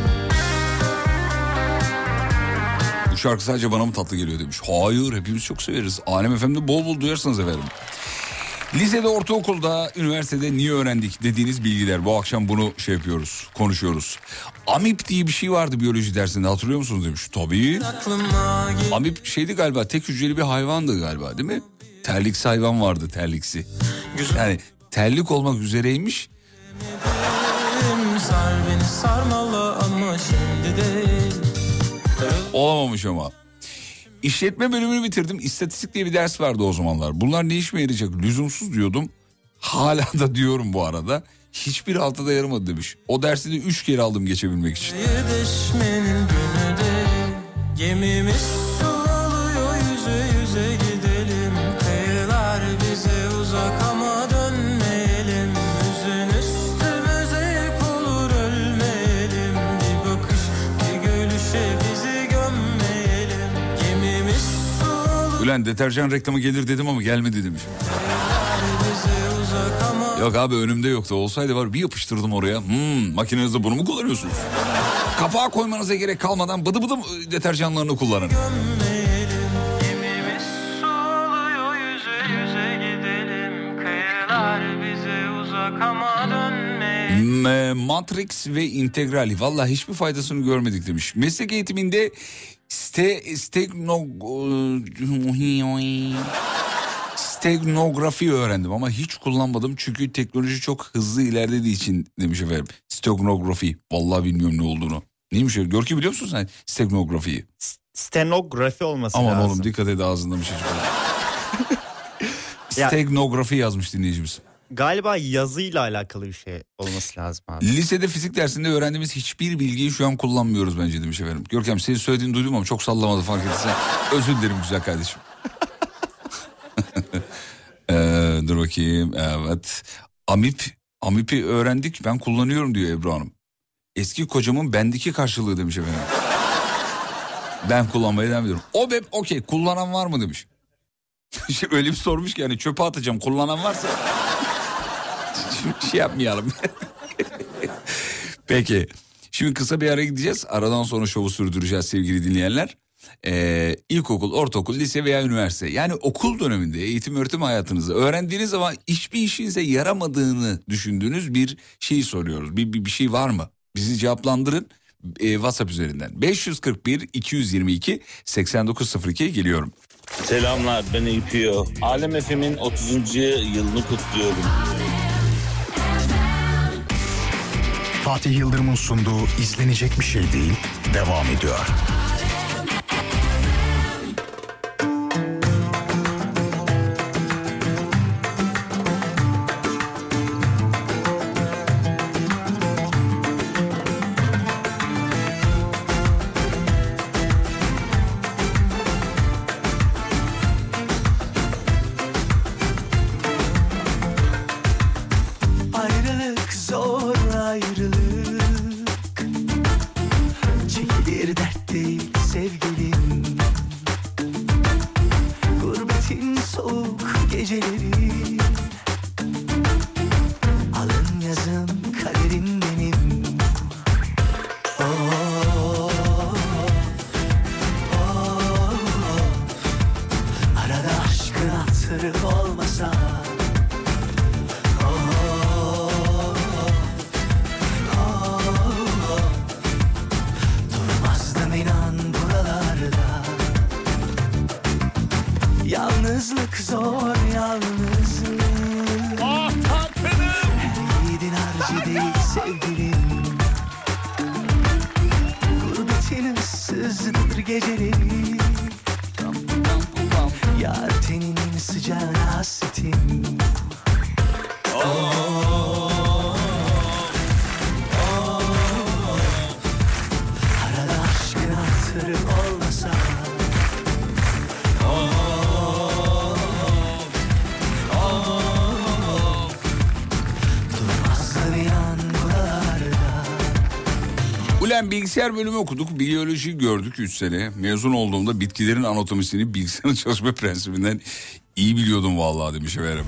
Bu şarkı sadece bana mı tatlı geliyor demiş. Hayır hepimiz çok severiz. Alem F M'de bol bol duyarsınız efendim. Lisede, ortaokulda, üniversitede niye öğrendik dediğiniz bilgiler. Bu akşam bunu şey yapıyoruz, konuşuyoruz. Amip diye bir şey vardı biyoloji dersinde hatırlıyor musunuz demiş. Tabii. Amip şeydi galiba, tek hücreli bir hayvandı galiba değil mi? Terliksi hayvan vardı, terliksi. Yani terlik olmak üzereymiş. Sar beni sarmala ama şimdi değil. Olamamış ama. İşletme bölümünü bitirdim. İstatistik diye bir ders vardı o zamanlar. Bunlar ne işime yarayacak? Lüzumsuz diyordum. Hala da diyorum bu arada. Hiçbir altıda yaramadı demiş. O dersi de üç kere aldım geçebilmek için. Düşmenin günü de gemimiz oluyor, yüze yüze gidelim. Kıyılar bize uzak ama dönmeyelim. Yüzün üstümüze yek olur ölmeyelim. Bir bakış, bir gülüşe bizi gömmeyelim. Gemimiz oluyor. Ulan deterjan reklamı gelir dedim ama gelmedi demiş. Yok abi önümde yoktu. Olsaydı var bir yapıştırdım oraya. Hmm, makinenizde bunu mu kullanıyorsunuz? Kapağa koymanıza gerek kalmadan bıdı bıdı deterjanlarını kullanın. Gemimiz oluyor, yüze yüze gidelim. Kıyılar bize uzak ama dönmeyelim. Matrix ve integral. Vallahi hiçbir faydasını görmedik demiş. Meslek eğitiminde ste, stegno, stenografi öğrendim ama hiç kullanmadım çünkü teknoloji çok hızlı ilerlediği için demiş efendim. Stenografi. Vallahi bilmiyorum ne olduğunu. Neymiş öyle? Görki biliyor musun sen stenografiyi? Stenografi olması Aman lazım. Aman oğlum dikkat et ağzında bir şey çıkıyor. Stenografi yazmış dinleyicimiz. Galiba yazıyla alakalı bir şey olması lazım abi. Lisede fizik dersinde öğrendiğimiz hiçbir bilgiyi şu an kullanmıyoruz bence demiş efendim. Görkem senin söylediğini duydum ama çok sallamadı fark etsen. Özür dilerim güzel kardeşim. ee, dur bakayım evet. Amip, Amip'i öğrendik ben kullanıyorum diyor Ebru Hanım. Eski kocamın bendeki karşılığı demiş efendim. Ben kullanmaya devam ediyorum. O bep okey kullanan var mı demiş. Öyle bir sormuş ki yani çöpe atacağım kullanan varsa. şey yapmayalım. Peki. Şimdi kısa bir ara gideceğiz. Aradan sonra şovu sürdüreceğiz sevgili dinleyenler. Ee, ilkokul, ortaokul, lise veya üniversite. Yani okul döneminde eğitim öğretim hayatınızı öğrendiğiniz zaman hiçbir işinize yaramadığını düşündüğünüz bir şeyi soruyoruz. Bir, bir, bir şey var mı? Bizi cevaplandırın ee, WhatsApp üzerinden. beş yüz kırk bir iki yüz yirmi iki seksen dokuz sıfır iki geliyorum. Selamlar, ben İpio. Alem F M'in otuzuncu yılını kutluyorum. Fatih Yıldırım'ın sunduğu izlenecek bir şey değil devam ediyor. Ayrılık zor ayrılık. Çekilir dert değil sevgilim. Gurbetin soğuk geceleri. Alın yazım kaderim benim. Oh, oh, arada aşkın hatırı olmasa. Yalnızlık zor yalnızlık. Ah tatlım. Her yiğidin harcı değil sevgilim. Gurbetin ıssızdır geceleri. Yar teninin sıcağına hasretim. Oh, oh, arada aşkın hatırı olmasa. Ulan bilgisayar bölümü okuduk, biyoloji gördük üç sene. Mezun olduğumda bitkilerin anatomisini bilgisayarın çalışma prensibinden iyi biliyordum vallahi demiş efendim.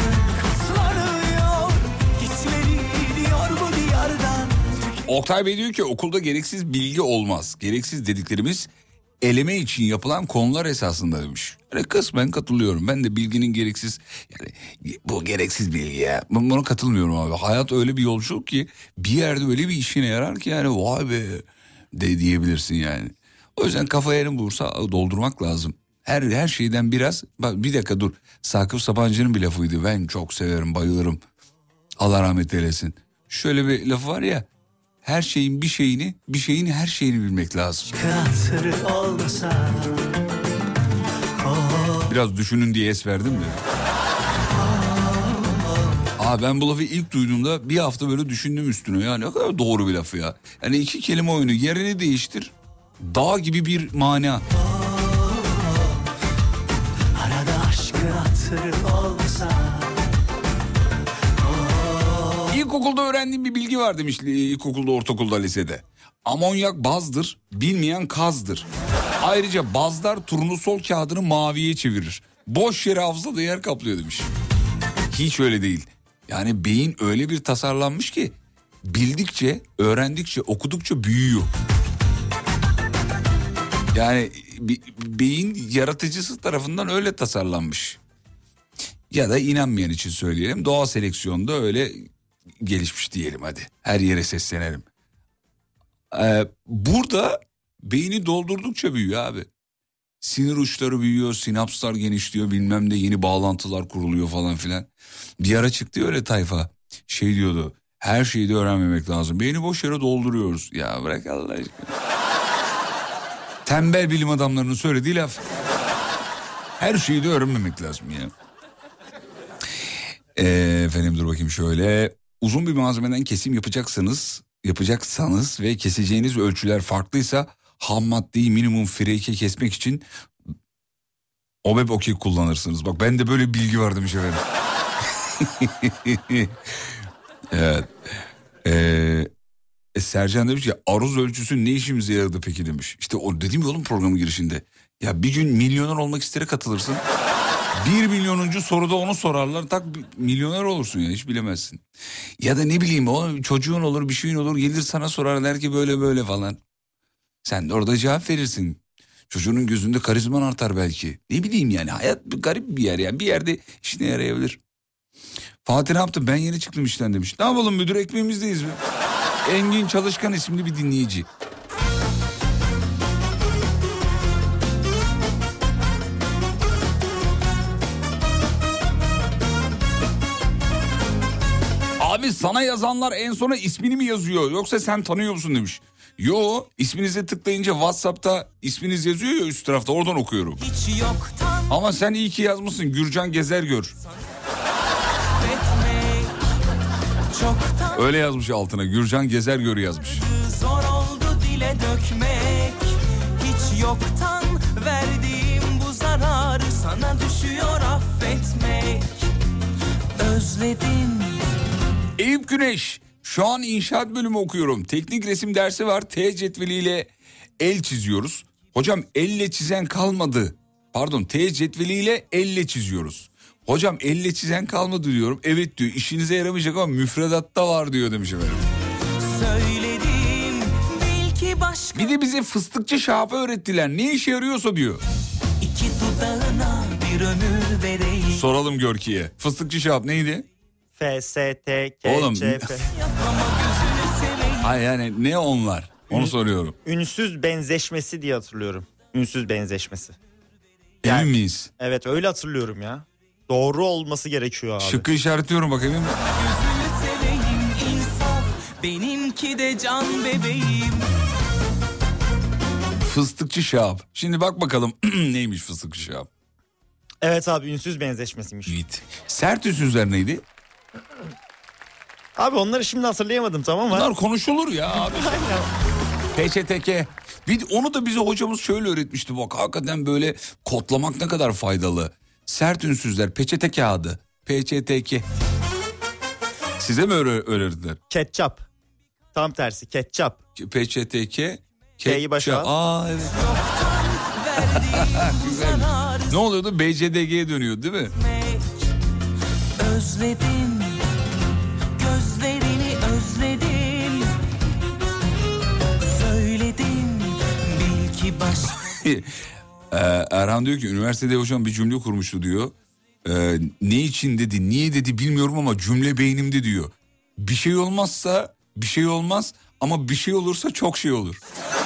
Oktay Bey diyor ki okulda gereksiz bilgi olmaz. Gereksiz dediklerimiz eleme için yapılan konular esasında demiş. Yani kısmen katılıyorum. Ben de bilginin gereksiz, yani bu gereksiz bilgi ya. Ben buna katılmıyorum abi. Hayat öyle bir yolculuk ki bir yerde öyle bir işine yarar ki yani vay be de diyebilirsin yani. O yüzden kafaya yerini bulursa doldurmak lazım. Her her şeyden biraz. Bak bir dakika dur. Sakıp Sabancı'nın bir lafıydı. Ben çok severim, bayılırım. Allah rahmet eylesin. Şöyle bir lafı var ya. Her şeyin bir şeyini, bir şeyin her şeyini bilmek lazım. Biraz düşünün diye es verdim de. Aa ben bu lafı ilk duyduğumda bir hafta böyle düşündüm üstüne. Ya ne kadar doğru bir lafı ya. Yani iki kelime oyunu, yerini değiştir. Dağ gibi bir mana. Arada aşkın hatırı olmasa. İlkokulda öğrendiğim bir bilgi var demiş, ilkokulda, ortaokulda, lisede. Amonyak bazdır, bilmeyen kazdır. Ayrıca bazlar turnusol kağıdını maviye çevirir. Boş yere hafızada yer kaplıyor demiş. Hiç öyle değil. Yani beyin öyle bir tasarlanmış ki bildikçe, öğrendikçe, okudukça büyüyor. Yani be- beyin yaratıcısı tarafından öyle tasarlanmış. Ya da inanmayan için söyleyelim, doğal seleksiyonda öyle gelişmiş diyelim hadi. Her yere seslenelim. Ee, burada beyni doldurdukça büyüyor abi. Sinir uçları büyüyor, sinapslar genişliyor, bilmem ne, yeni bağlantılar kuruluyor falan filan. Bir ara çıktı öyle tayfa. Şey diyordu, her şeyi de öğrenmemek lazım. Beyni boş yere dolduruyoruz. Ya bırak Allah aşkına. Tembel bilim adamlarının söylediği laf. Her şeyi de öğrenmemek lazım ya. Ee, efendim dur bakayım şöyle. Uzun bir malzemeden kesim yapacaksanız, yapacaksanız ve keseceğiniz ölçüler farklıysa ham maddeyi minimum freke kesmek için O B E B okey kullanırsınız. Bak bende böyle bilgi var demiş efendim. Evet. Ee, e, Sercan demiş ki aruz ölçüsü ne işimize yaradı peki demiş. İşte o dedim ya oğlum programın girişinde. Ya bir gün milyoner olmak istere katılırsın. Bir milyonuncu soruda onu sorarlar, tak milyoner olursun ya, hiç bilemezsin. Ya da ne bileyim, o çocuğun olur, bir şeyin olur, gelir sana sorar, der ki böyle böyle falan. Sen de orada cevap verirsin. Çocuğunun gözünde karizman artar belki. Ne bileyim yani, hayat garip bir yer yani, bir yerde işine yarayabilir. Fatih ne yaptı? Ben yeni çıktım işten demiş. Ne yapalım müdür, ekmeğimizdeyiz mi? Engin Çalışkan isimli bir dinleyici. Abi sana yazanlar en sona ismini mi yazıyor yoksa sen tanıyor musun demiş. Yo, isminize tıklayınca WhatsApp'ta isminiz yazıyor ya üst tarafta, oradan okuyorum. Ama sen iyi ki yazmışsın, Gürcan Gezergör. Öyle yazmış altına, Gürcan Gezergör yazmış. Zor oldu dile dökmek, hiç yoktan verdiğim bu zararı sana düşüyor affetmek. Özledim. Eyüp Güneş, şu an inşaat bölümü okuyorum. Teknik resim dersi var, T cetveliyle el çiziyoruz. Hocam elle çizen kalmadı. Pardon, T cetveliyle elle çiziyoruz. Hocam elle çizen kalmadı diyorum. Evet diyor, işinize yaramayacak ama müfredatta var diyor demiş efendim. Söyledim, bil ki başka... Bir de bize fıstıkçı Şahap'ı öğrettiler. Ne işe yarıyorsa diyor. İki dudağına bir ömür vereyim. Soralım Görki'ye. Fıstıkçı Şahap neydi? F, S, T, K, Oğlum. C, P. Hayır yani ne onlar? Onu Ün, soruyorum. Ünsüz benzeşmesi diye hatırlıyorum. Ünsüz benzeşmesi. Yani, emin miyiz? Evet, öyle hatırlıyorum ya. Doğru olması gerekiyor abi. Şıkkı işaretliyorum bak, emin mi? Gözünü seveyim insaf, benimki de can bebeğim. Fıstıkçı Şahap. Şimdi bak bakalım neymiş Fıstıkçı Şahap. Evet abi, ünsüz benzeşmesiymiş. Evet. Sert ünsüzler neydi? Abi onları şimdi hatırlayamadım, tamam mı? Bunlar konuşulur ya abi. P Ç T K. Bir, onu da bize hocamız şöyle öğretmişti bak. Hakikaten böyle kodlamak ne kadar faydalı. Sert ünsüzler, peçete kağıdı, P Ç T K. Size mi öğrettiler? Ketçap. Tam tersi, ketçap. P Ç T K. K'yi başa al. Aa evet. Güzel. Ne oluyordu? B C D G'ye dönüyordu değil mi? Özledim, gözlerini özledim. Söyledim, bil ki baş... Erhan diyor ki üniversitede hocam bir cümle kurmuştu diyor. Ee, ne için dedi, niye dedi bilmiyorum ama cümle beynimde diyor. Bir şey olmazsa bir şey olmaz ama bir şey olursa çok şey olur.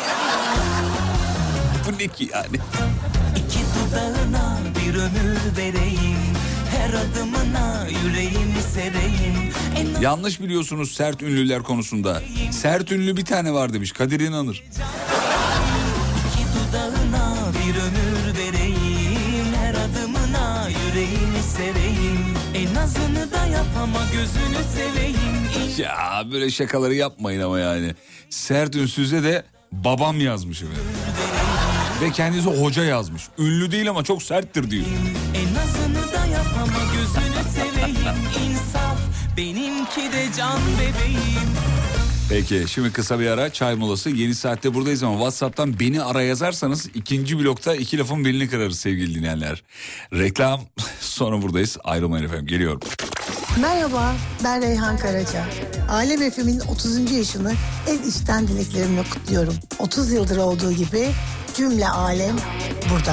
Bu ne ki yani? İki dudağına bir ömür vereyim, her adımına yüreğimi sereyim. En... Yanlış biliyorsunuz sert ünlüler konusunda. Sert ünlü bir tane var demiş Kadir İnanır. İki dudağına bir ömür vereyim, her adımına yüreğimi sereyim. En azını da yap ama gözünü seveyim. Ya böyle şakaları yapmayın ama yani. Sert ünsüze de babam yazmış efendim. Ve kendisi hoca yazmış. Ünlü değil ama çok serttir diyor. En azını da yap ama gözünü seveyim. İnsaf, benimki de can bebeğim. Peki şimdi kısa bir ara, çay molası. Yeni saatte buradayız ama WhatsApp'tan beni ara yazarsanız ikinci blokta iki lafın belini kırarız sevgili dinleyenler. Reklam, sonra buradayız. Ayrılmayın efendim, geliyorum. Merhaba, ben Reyhan Karaca. Alem F M'in otuzuncu yaşını en içten dileklerimle kutluyorum. otuz yıldır olduğu gibi cümle alem burada.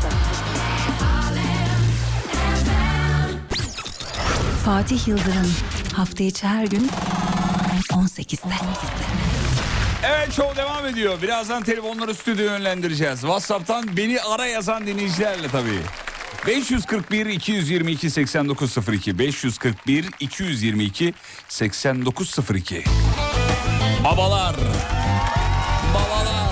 Fatih Yıldırım, hafta içi her gün on sekizde. Evet, show devam ediyor. Birazdan telefonları stüdyoya yönlendireceğiz. WhatsApp'tan beni ara yazan dinleyicilerle tabii. beş yüz kırk bir iki yüz yirmi iki seksen dokuz sıfır iki beş yüz kırk bir iki yüz yirmi iki seksen dokuz sıfır iki. Babalar. Babalar.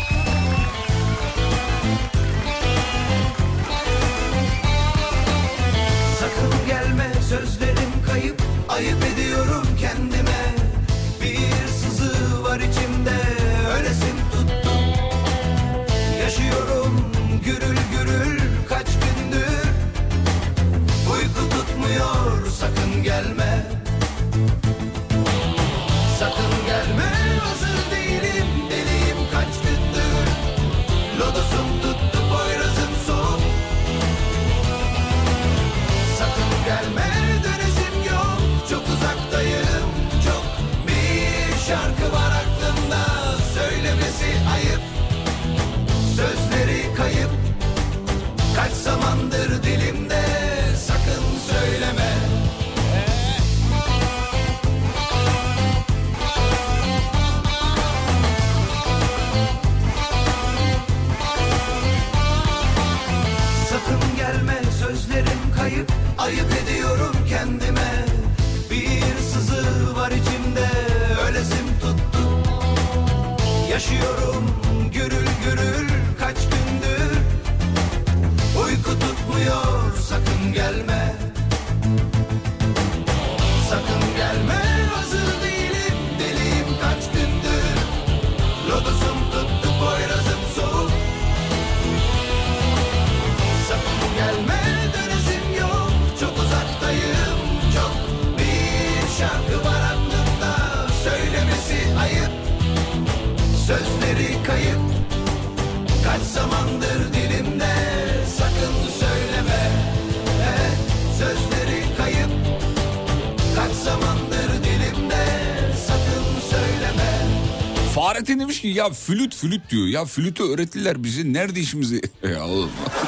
Sakın gelme, sözlerim kayıp, ayıp ediyorum kendime. Bir sızı var içimde, ölesim tuttu. Yaşıyorum gürül gürül kaç gündür. Uyku tutmuyor, sakın gelme. Sakın gelme, hazır değil. gürül gürül kaç gündür. Uyku tutmuyor, sakın gelme. Sakın gelme, hazır değilim, deliyim kaç gündür. Lodosum tuttu, Poyrazım soğuk. Sakın gelme, dönesim yok, çok uzaktayım, çok. Bir şarkı var aklımda, söylemesi ayıp. Sözleri kayıp, kaç zamandır dilimde. Sakın söyleme, eh, sözleri kayıp. Kaç zamandır dilimde, sakın söyleme. Fahrettin demiş ki ya flüt flüt diyor. Ya flütü öğrettiler bize, nerede işimizi... ya oğlum.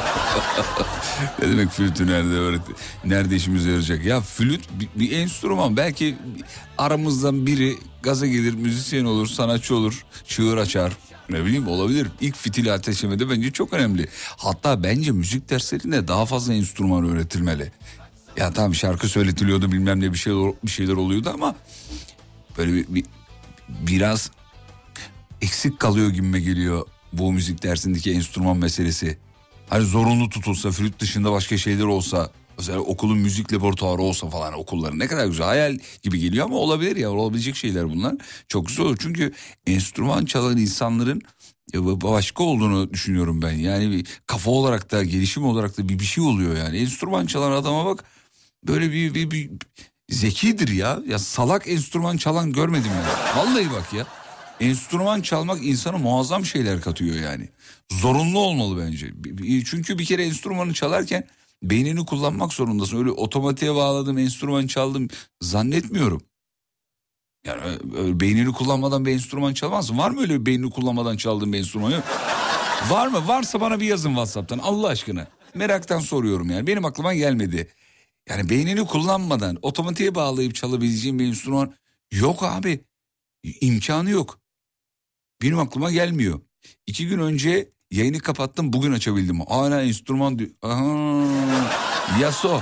Ne demek flütü nerede öğretti? Nerede işimize yarayacak? Ya flüt bir, bir enstrüman. Belki aramızdan biri gaza gelir, müzisyen olur, sanatçı olur, çığır açar. Ne bileyim, olabilir. İlk fitil ateşlemede bence çok önemli. Hatta bence müzik derslerinde daha fazla enstrüman öğretilmeli. Ya tamam, şarkı söyletiliyordu, bilmem ne bir şeyler bir şeyler oluyordu ama böyle bir, bir biraz eksik kalıyor gibime geliyor bu müzik dersindeki enstrüman meselesi. Hani zorunlu tutulsa, flüt dışında başka şeyler olsa, mesela okulun müzik laboratuvarı olsa falan, okulların ne kadar güzel, hayal gibi geliyor ama olabilir ya, olabilecek şeyler bunlar. Çok güzel olur çünkü enstrüman çalan insanların başka olduğunu düşünüyorum ben. Yani bir kafa olarak da, gelişim olarak da bir bir şey oluyor yani. Enstrüman çalan adama bak, böyle bir, bir, bir zekidir ya. Ya salak enstrüman çalan görmedim ya. Vallahi bak ya. Enstrüman çalmak insana muazzam şeyler katıyor yani. Zorunlu olmalı bence. Çünkü bir kere enstrümanı çalarken beynini kullanmak zorundasın. Öyle otomatiğe bağladım, enstrüman çaldım zannetmiyorum. Yani öyle beynini kullanmadan bir enstrüman çalmazsın. Var mı öyle bir beynini kullanmadan çaldığın bir enstrüman? Yok. Var mı? Varsa bana bir yazın WhatsApp'tan Allah aşkına. Meraktan soruyorum yani. Benim aklıma gelmedi. Yani beynini kullanmadan otomatiğe bağlayıp çalabileceğim bir enstrüman yok abi. İmkanı yok. Benim aklıma gelmiyor. İki gün önce yayını kapattım, bugün açabildim. Hala enstrüman diyor. Aha, yaso.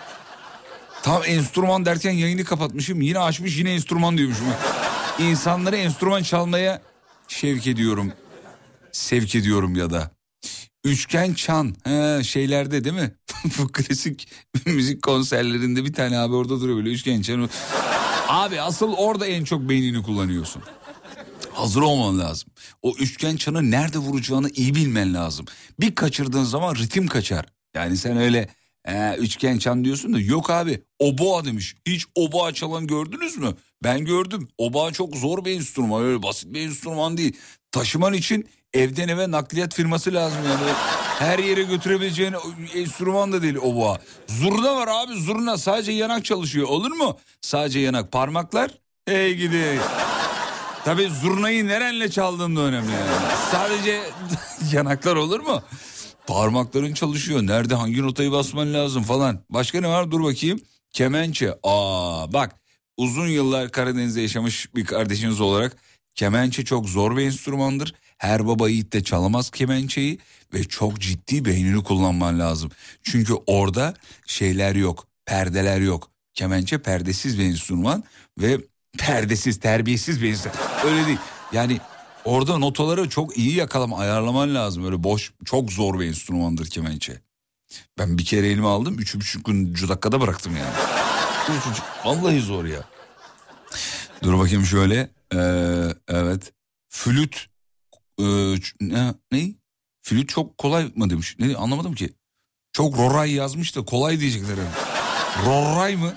Tam enstrüman derken yayını kapatmışım. Yine açmış, yine enstrüman diyormuşum. İnsanları enstrüman çalmaya şevk ediyorum. Sevk ediyorum ya da. Üçgen çan he, şeylerde değil mi? Bu klasik müzik konserlerinde bir tane abi orada duruyor böyle üçgen çan. Abi asıl orada en çok beynini kullanıyorsun. Hazır olman lazım. O üçgen çanı nerede vuracağını iyi bilmen lazım. Bir kaçırdığın zaman ritim kaçar. Yani sen öyle e, üçgen çan diyorsun da yok abi. Oboa demiş. Hiç oboa çalan gördünüz mü? Ben gördüm. Oboa çok zor bir enstrüman. Öyle basit bir enstrüman değil. Taşıman için evden eve nakliyat firması lazım yani. Her yere götürebileceğin enstrüman da değil oboa. Zurna var abi, zurna. Sadece yanak çalışıyor. Olur mu? Sadece yanak. Parmaklar hey gidi. Tabii zurnayı nerenle çaldığın da önemli yani. Sadece yanaklar olur mu? Parmakların çalışıyor. Nerede hangi notayı basman lazım falan. Başka ne var? Dur bakayım. Kemençe. Aa bak, uzun yıllar Karadeniz'de yaşamış bir kardeşiniz olarak kemençe çok zor bir enstrümandır. Her baba yiğit de çalamaz kemençeyi ve çok ciddi beynini kullanman lazım. Çünkü orada şeyler yok, perdeler yok. Kemençe perdesiz bir enstrüman ve perdesiz, terbiyesiz bir enstrüman. Öyle değil. Yani orada notaları çok iyi yakalama, ayarlaman lazım. Öyle boş, çok zor bir enstrümandır kemençe. Ben bir kere elime aldım, üç buçuk dakikada bıraktım yani. Vallahi zor ya. Dur bakayım şöyle. Ee, evet. Flüt. Ee, ne? Ne? Flüt çok kolay mı demiş? Ne? Anlamadım ki. Çok roray yazmış da kolay diyecekler. Roray mı?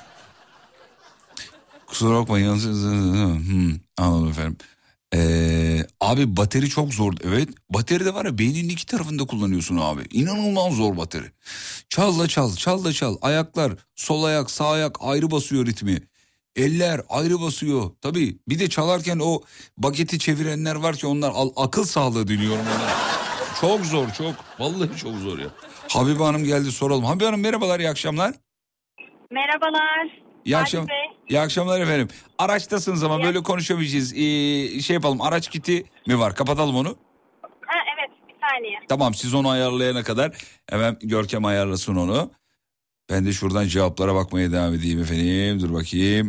Kusura bakmayın. Hmm, anladım efendim. Ee, abi bateri çok zor. Evet, bateri de var ya, beynin iki tarafında kullanıyorsun abi. İnanılmaz zor bateri. Çal da çal, çal da çal. Ayaklar, sol ayak, sağ ayak ayrı basıyor ritmi. Eller ayrı basıyor. Tabii bir de çalarken o bageti çevirenler var ki onlar akıl sağlığı diliyorum onlara. Çok zor, çok. Vallahi çok zor ya. Habibe Hanım geldi, soralım. Habibe Hanım merhabalar, iyi akşamlar. Merhabalar. İyi, akşam, iyi akşamlar efendim. Araçtasınız ama böyle konuşamayacağız. Ee, şey yapalım, araç kiti mi var? Kapatalım onu. Ha, evet, bir saniye. Tamam, siz onu ayarlayana kadar hemen Görkem ayarlasın onu. Ben de şuradan cevaplara bakmaya devam edeyim efendim. Dur bakayım.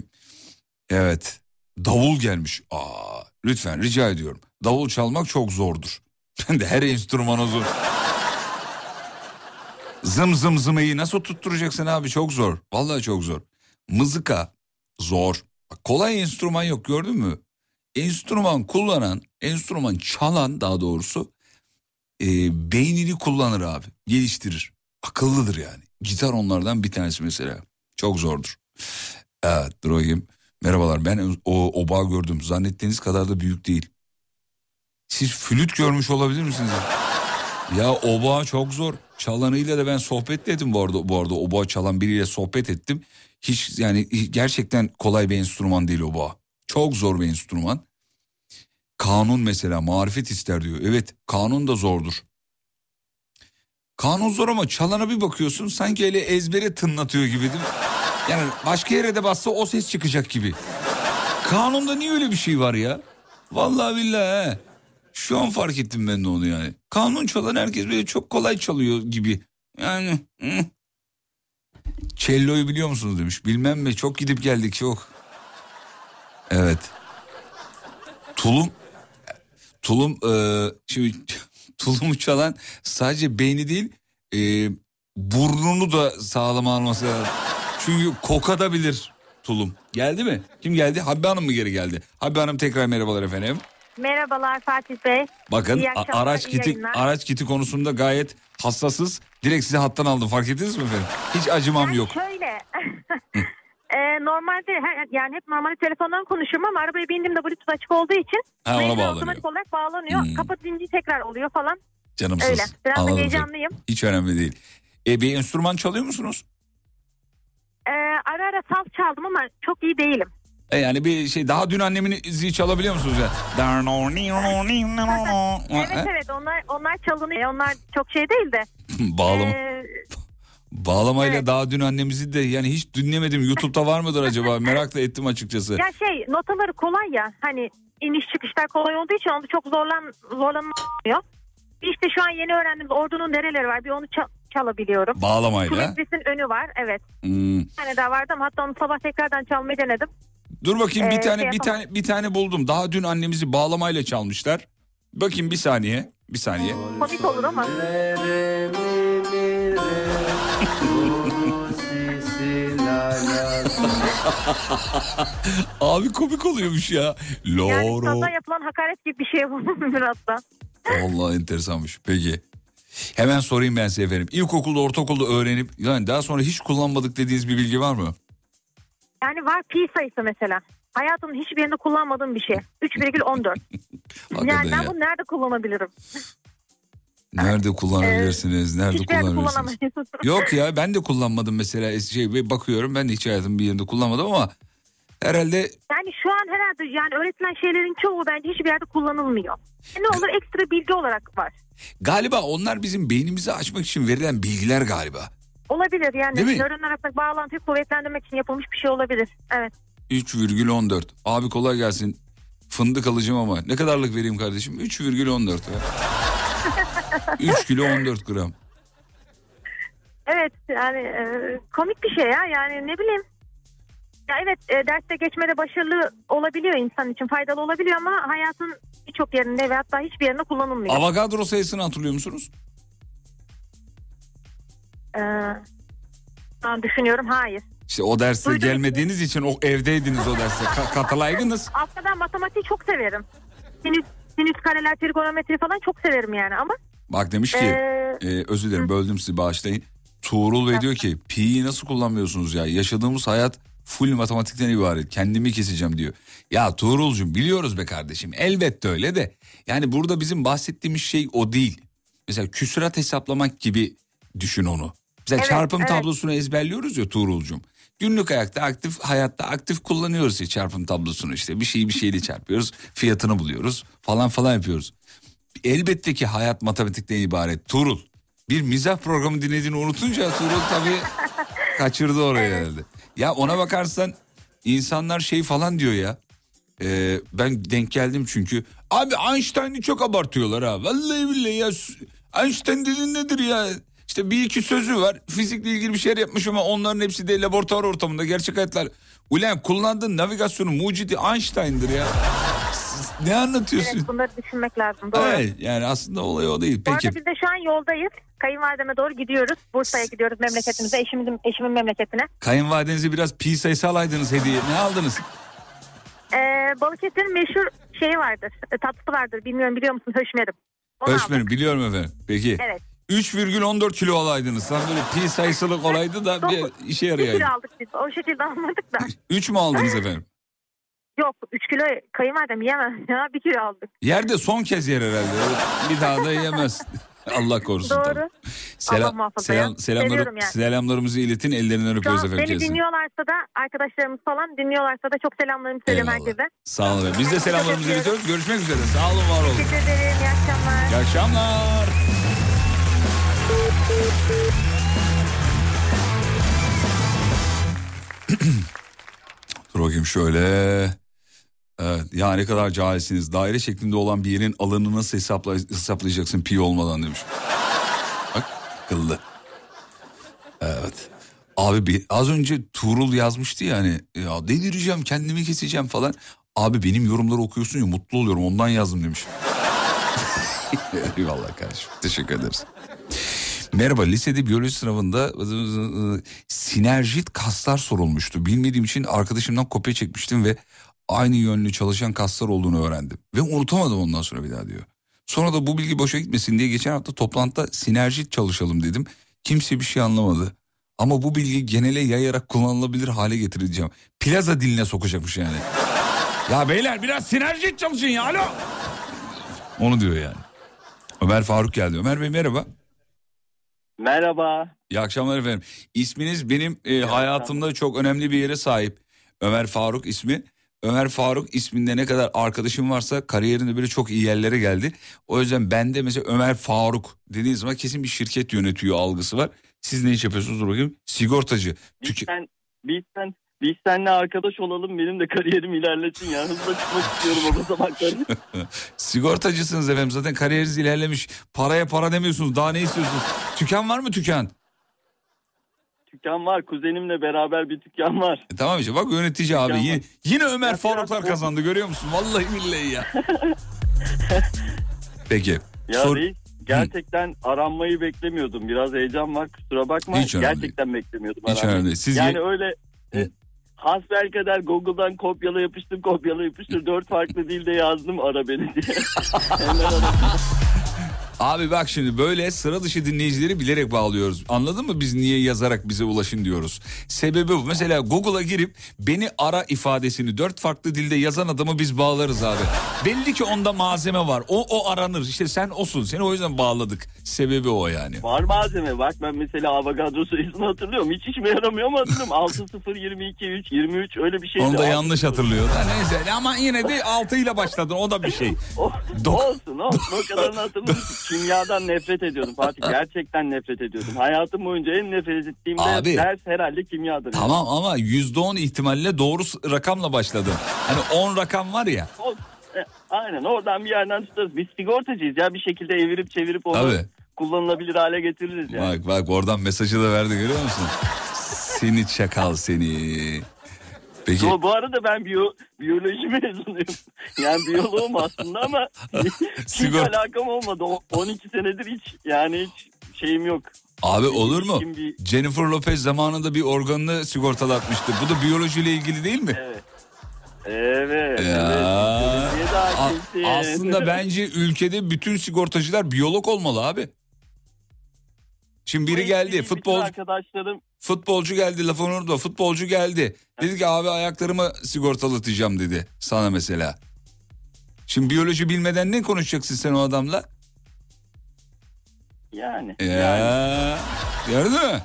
Evet. Davul gelmiş. Aa, lütfen rica ediyorum. Davul çalmak çok zordur. Ben de her enstrüman uzun. Zım zım zımayı nasıl tutturacaksın abi? Çok zor. Vallahi çok zor. Mızıka zor. Bak, kolay enstrüman yok, gördün mü? Enstrüman kullanan, enstrüman çalan daha doğrusu e, beynini kullanır abi. Geliştirir. Akıllıdır yani. Gitar onlardan bir tanesi mesela. Çok zordur. Evet, dur bakayım. Merhabalar, ben o obağı gördüm. Zannettiğiniz kadar da büyük değil. Siz flüt görmüş olabilir misiniz? Ya obağı çok zor. Çalanıyla da ben sohbet ettim bu arada. Bu arada obağı çalan biriyle sohbet ettim. Hiç yani gerçekten kolay bir enstrüman değil obağı. Çok zor bir enstrüman. Kanun mesela marifet ister diyor. Evet, kanun da zordur. Kanun zor ama çalana bir bakıyorsun sanki öyle ezbere tınlatıyor gibi değil mi? Yani başka yere de bassa o ses çıkacak gibi. Kanunda niye öyle bir şey var ya? Vallahi billahi he. Şu an fark ettim ben de onu yani. Kanun çalan herkes böyle çok kolay çalıyor gibi. Yani. Hı. Cello'yu biliyor musunuz demiş. Bilmem mi, çok gidip geldik çok. Evet. Tulum. Tulum e, şimdi tulumu çalan sadece beyni değil e, burnunu da sağlam alması lazım. Çünkü kokadabilir tulum. Geldi mi? Kim geldi? Habbe Hanım mı geri geldi? Habbe Hanım tekrar merhabalar efendim. Merhabalar Fatih Bey. Bakın İyi a- akşamlar, araç iyi kiti yayınlar. araç kiti konusunda gayet hassasız. Direkt sizi hattan aldım, fark ettiniz mi efendim? Hiç acımam Yani yok. şöyle. e, normalde he- yani hep normalde telefondan konuşurum ama arabaya bindiğimde Bluetooth açık olduğu için Ha, ona mecbur bağlanıyor. otomatik olarak bağlanıyor. Hmm. Kapatınca tekrar oluyor falan. Canımsız. Öyle. Biraz da Anladım heyecanlıyım. efendim. Hiç önemli değil. E, bir enstrüman çalıyor musunuz? E, ara ara saz çaldım ama çok iyi değilim. E yani bir şey, daha dün annemizi çalabiliyor musunuz ya? Evet evet onlar onlar çalınıyor. Onlar çok şey değil de. Bağlama. e, Bağlamayla evet. daha dün annemizi de yani hiç dinlemedim. YouTube'da var mıdır acaba? Merak da ettim açıkçası. ya şey notaları kolay ya. Hani iniş çıkışlar kolay olduğu için onu çok zorlan zorlanmıyor. İşte şu an yeni öğrendim. Ordunun nereleri var? Bir onu çal- çalabiliyorum. Bağlamayla. Kuvvetlis'in önü var. Evet. Hmm. Bir tane daha vardı ama hatta onu sabah tekrardan çalmayı denedim. Dur bakayım bir Ee, tane şey bir yapamam. tane bir tane buldum. Daha dün annemizi bağlamayla çalmışlar. Bakayım bir saniye. Bir saniye. Komik olur ama. Abi komik oluyormuş ya. Yani Loro. sazdan yapılan hakaret gibi bir şey bu biraz da. Allah enteresanmış. Peki. Hemen sorayım ben size efendim. İlkokulda, ortaokulda öğrenip yani daha sonra hiç kullanmadık dediğiniz bir bilgi var mı? Yani var pi sayısı mesela. Hayatımın hiçbir yerinde kullanmadığım bir şey. üç virgül on dört. Hakikaten Yani ben ya. bunu nerede kullanabilirim? Nerede kullanabilirsiniz? Nerede Hiçbir yerde kullanabilirsiniz? kullanamayız. Yok ya, ben de kullanmadım mesela. Şey, bakıyorum ben de hiç hayatımın bir yerinde kullanmadım ama herhalde Yani şu an herhalde yani öğretilen şeylerin çoğu bence hiçbir yerde kullanılmıyor. E ne olur ekstra bilgi olarak var. galiba onlar bizim beynimizi açmak için verilen bilgiler galiba. Olabilir yani Değil mi? nöronlar arasındaki bağlantıyı kuvvetlendirmek için yapılmış bir şey olabilir. Evet. üç virgül on dört. Abi kolay gelsin. Fındık alacağım ama ne kadarlık vereyim kardeşim? üç virgül on dört. üç kilo on dört gram. Evet yani e, komik bir şey ya yani ne bileyim. Ya evet e, derste geçmede başarılı olabiliyor insan için faydalı olabiliyor ama hayatın birçok yerinde ve hatta hiçbir yerinde kullanılmıyor. Avogadro sayısını hatırlıyor musunuz? Ee, şu an düşünüyorum hayır. İşte o derse Duydum. gelmediğiniz için o evdeydiniz o derste. Ka- katılaydınız. Aslında ben matematiği çok severim. Sinüs, sinüs kareler, trigonometri falan çok severim yani ama. Bak demiş ki Ee, e, özür dilerim böldüm sizi, bağışlayın. Tuğrul Bey diyor ki pi'yi nasıl kullanmıyorsunuz ya? Yaşadığımız hayat full matematikten ibaret. Kendimi keseceğim diyor. Ya Tuğrul'cum biliyoruz be kardeşim. Elbette öyle de. Yani burada bizim bahsettiğimiz şey o değil. Mesela küsurat hesaplamak gibi düşün onu. Mesela Evet, çarpım evet. tablosunu ezberliyoruz ya Tuğrul'cum. Günlük hayatta aktif hayatta aktif kullanıyoruz ya çarpım tablosunu işte. Bir şeyi bir şeyle çarpıyoruz. Fiyatını buluyoruz falan falan yapıyoruz. Elbette ki hayat matematikten ibaret. Tuğrul bir mizah programı dinlediğini unutunca Tuğrul tabii kaçırdı orayı herhalde. Ya ona bakarsan insanlar şey falan diyor ya. E, ben denk geldim çünkü. Abi Einstein'ı çok abartıyorlar ha. Vallahi billahi ya. Einstein dediğin nedir ya? İşte bir iki sözü var. Fizikle ilgili bir şeyler yapmış ama onların hepsi de laboratuvar ortamında gerçek hayatlar. Ulan kullandığın navigasyonun mucidi Einstein'dır ya. Ne anlatıyorsun? Evet, bunları düşünmek lazım. Doğru. Evet, yani aslında olay o değil. Bu Peki. arada biz de şu an yoldayız. Kayınvalideme doğru gidiyoruz. Bursa'ya gidiyoruz memleketimize, eşimizin, eşimin memleketine. Kayınvalidenize biraz pi sayısı alaydınız hediye. Ne aldınız? Ee, Balıkesir'in meşhur şeyi vardır. E, tatlısı vardır. Bilmiyorum, biliyor musun? Höşmerim. Onu Höşmerim aldık. biliyorum efendim. Peki. Evet. üç virgül on dört kilo alaydınız. Tam böyle pi sayısılık olaydı da bir işe Bir yarayaydı. kilo aldık biz. O şekilde almadık da. üç mü aldınız efendim? Yok, üç kilo kayınvalidem yemez ya. Bir kilo aldık. Yerde son kez yer herhalde. Bir daha da yemez. Allah korusun. Doğru. Tabii. Allah Selam, muhafaza ya. selam, selamları, Seviyorum yani. Selamlarımızı iletin. Ellerinden Şu öpüyoruz an efendim. beni kesin. dinliyorlarsa da arkadaşlarımız falan dinliyorlarsa da çok selamlarımı söylüyorum Eyvallah. herkese. Sağ olun efendim. Biz de selamlarımızı iletiyoruz. Görüşmek üzere. Sağ olun, var olun. Teşekkür ederim. İyi akşamlar. İyi akşamlar. Dur bakayım şöyle. Evet, ya ne kadar cahilsiniz. Daire şeklinde olan bir yerin alanını nasıl hesapla, hesaplayacaksın pi olmadan demiş. Bak akıllı. Evet. Abi bir, az önce Tuğrul yazmıştı ya hani ya delireceğim, kendimi keseceğim falan. Abi benim yorumları okuyorsun ya, mutlu oluyorum, ondan yazdım demiş. Eyvallah kardeşim, teşekkür ederiz. Merhaba, lisede biyoloji sınavında sinerjit kaslar sorulmuştu. Bilmediğim için arkadaşımdan kopya çekmiştim ve aynı yönlü çalışan kaslar olduğunu öğrendim. Ve unutamadım ondan sonra bir daha diyor. Sonra da bu bilgi boşa gitmesin diye geçen hafta toplantıda sinerjit çalışalım dedim. Kimse bir şey anlamadı. Ama bu bilgi genele yayarak kullanılabilir hale getireceğim. Plaza diline sokacakmış yani. Ya beyler biraz sinerjit çalışın ya, alo. Onu diyor yani. Ömer Faruk geldi. Ömer Bey merhaba. Merhaba. İyi akşamlar efendim. İsminiz benim e, hayatımda çok önemli bir yere sahip. Ömer Faruk ismi. Ömer Faruk isminde ne kadar arkadaşım varsa kariyerinde böyle çok iyi yerlere geldi. O yüzden bende mesela Ömer Faruk dediğiniz zaman kesin bir şirket yönetiyor algısı var. Siz ne iş yapıyorsunuz, dur bakayım? Sigortacı. Biz, sen, biz, sen, biz seninle arkadaş olalım, benim de kariyerim ilerlesin ya. Hızla çıkmak istiyorum o basamakları. Sigortacısınız efendim, zaten kariyeriniz ilerlemiş. Paraya para demiyorsunuz, daha ne istiyorsunuz? Tüken var mı, tüken? Dükkan var, kuzenimle beraber bir dükkan var. E tamam işte bak, yönetici dükkan abi var. yine, yine Ömer ya Faruklar biraz... kazandı, görüyor musun? Vallahi billahi ya. Peki. Ya Sor... reis, gerçekten Hı. aranmayı beklemiyordum. Biraz heyecan var, kusura bakma. Hiç gerçekten beklemiyordum. Hiç önemli değil. Siz yani ye... öyle e, hasbelkader Google'dan kopyala yapıştır kopyala yapıştır dört farklı dilde yazdım ara beni diye. Abi bak şimdi böyle sıra dışı dinleyicileri bilerek bağlıyoruz. Anladın mı biz niye yazarak bize ulaşın diyoruz. Sebebi bu. Mesela Google'a girip beni ara ifadesini dört farklı dilde yazan adamı biz bağlarız abi. Belli ki onda malzeme var. O o aranır. İşte sen osun. Seni o yüzden bağladık. Sebebi o yani. Var malzeme. Bak ben mesela Avogadro sayısını hatırlıyorum. Hiç işime yaramıyor ama hatırlıyorum. altı sıfır yirmi iki üç yirmi üç öyle bir şeydi. Onu da yanlış hatırlıyor. Da neyse ama yine de altı ile başladın. O da bir şey. o, olsun olsun. O kadarını hatırlıyorum. Kimyadan nefret ediyordum Fatih. Gerçekten nefret ediyordum. Hayatım boyunca en nefret ettiğim Abi, ders herhalde kimyadır. Tamam yani. Ama yüzde on ihtimalle doğru rakamla başladın. Hani on rakam var ya. O, e, aynen oradan bir yerden tutarız. Biz sigortacıyız ya, bir şekilde evirip çevirip onu Tabii. kullanılabilir hale getiririz yani. Bak bak oradan mesajı da verdi, görüyor musun? Seni çakal seni. Peki. So, bu arada ben biyo, biyoloji mezunuyum. Yani biyoloğum aslında ama hiç alakam olmadı. on iki senedir hiç yani hiç şeyim yok. Abi olur mu? Bir... Jennifer Lopez zamanında bir organını sigortalatmıştı. Bu da biyolojiyle ilgili değil mi? Evet. Evet. Ya. evet. A- aslında bence ülkede bütün sigortacılar biyolog olmalı abi. Şimdi biri geldi futbol arkadaşlarım futbolcu geldi lafını unutma futbolcu geldi dedi ki abi ayaklarımı sigortalatacağım dedi sana mesela. Şimdi biyoloji bilmeden ne konuşacaksın sen o adamla? Yani. Ya, yani. Gördün mü?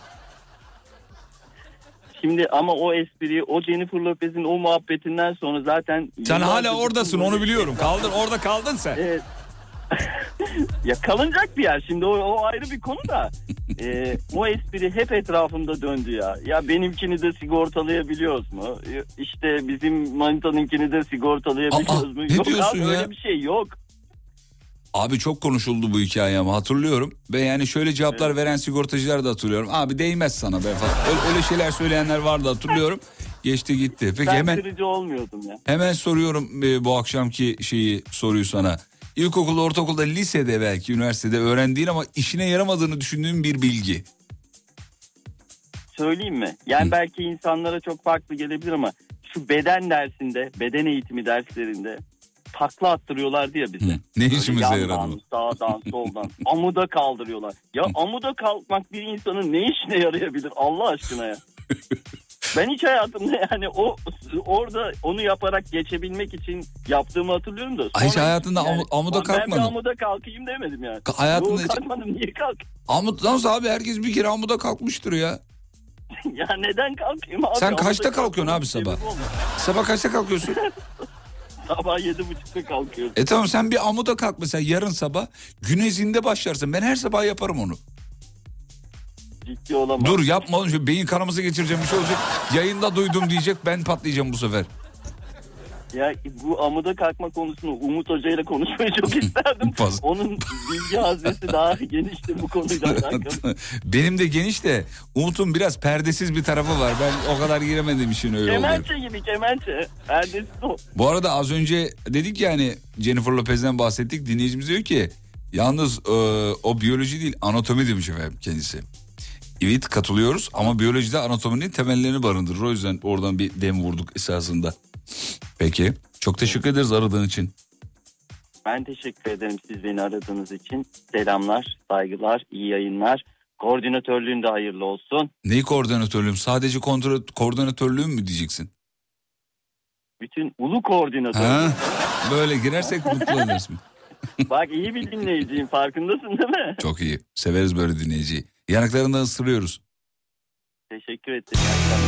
Şimdi ama o espriyi o Jennifer Lopez'in o muhabbetinden sonra zaten... Sen hala oradasın onu biliyorum. Kaldın orada kaldın sen. Evet. Ya kalınacak bir yer şimdi o, o ayrı bir konu da e, o espri hep etrafımda döndü ya. Ya benimkini de sigortalayabiliyoruz mu? İşte bizim manitanınkini de sigortalayabiliyoruz Aa, mu? Ne yok diyorsun abi, ya? Öyle bir şey yok. Abi çok konuşuldu bu hikaye ama hatırlıyorum. Ve yani şöyle cevaplar evet. veren sigortacılar da hatırlıyorum. Abi değmez sana be falan. Öyle, öyle şeyler söyleyenler vardı hatırlıyorum. Geçti gitti. Peki hemen kırıcı olmuyordum ya. hemen soruyorum e, bu akşamki şeyi soruyu sana. İlkokulda, ortaokulda, lisede belki üniversitede öğrendiğin ama işine yaramadığını düşündüğün bir bilgi. Söyleyeyim mi? Yani Hı. belki insanlara çok farklı gelebilir ama şu beden dersinde, beden eğitimi derslerinde takla attırıyorlardı ya bize. Hı. Ne işimize yandan, yaradı bu? Sağdan, soldan. Amuda kaldırıyorlar. Ya Hı. amuda kalkmak bir insanın ne işine yarayabilir Allah aşkına ya? Ben hiç hayatımda yani o orada onu yaparak geçebilmek için yaptığımı hatırlıyorum da. Hiç hayatında yani, amuda kalkmadın. Ben bir amuda kalkayım demedim yani. Ka- hayatında Yok, kalkmadım, niye kalk? Amut nasıl abi, herkes bir kere amuda kalkmıştır ya. Ya neden kalkayım abi? Sen kaçta kalkıyorsun abi sabah? Sabah kaçta kalkıyorsun? Sabah yedi buçukta kalkıyorum. E tamam, sen bir amuda kalk mesela yarın sabah. Güneşinde başlarsın. Ben her sabah yaparım onu. Ciddi olamaz. Dur yapma oğlum, şu beyin kanaması geçireceğim, bir şey olacak. Yayında duydum diyecek, ben patlayacağım bu sefer. Ya bu amuda kalkma konusunu Umut Hoca ile konuşmayı çok isterdim. Onun bilgi haznesi daha genişti bu konuyla alakalı. Benim de geniş de Umut'un biraz perdesiz bir tarafı var. Ben o kadar giremedim işin öyle oluyor. Kemençe gibi kemençe. Perdesiz o. Bu arada az önce dedik yani, Jennifer Lopez'den bahsettik. Dinleyicimiz diyor ki yalnız e, o biyoloji değil anatomi demiş efendim kendisi. Evet, katılıyoruz ama biyolojide anatominin temellerini barındırır. O yüzden oradan bir dem vurduk esasında. Peki, çok teşekkür ederiz aradığın için. Ben teşekkür ederim siz beni aradığınız için. Selamlar, saygılar, iyi yayınlar. Koordinatörlüğün de hayırlı olsun. Neyi koordinatörlüğüm? Sadece kontrol, koordinatörlüğüm mü diyeceksin? Bütün ulu koordinatör. Ha, böyle girersek mutlu olursun. Bak iyi bir dinleyiciyim, farkındasın değil mi? Çok iyi, severiz böyle dinleyiciyi. Yanaklarından ısırıyoruz. Teşekkür ederim.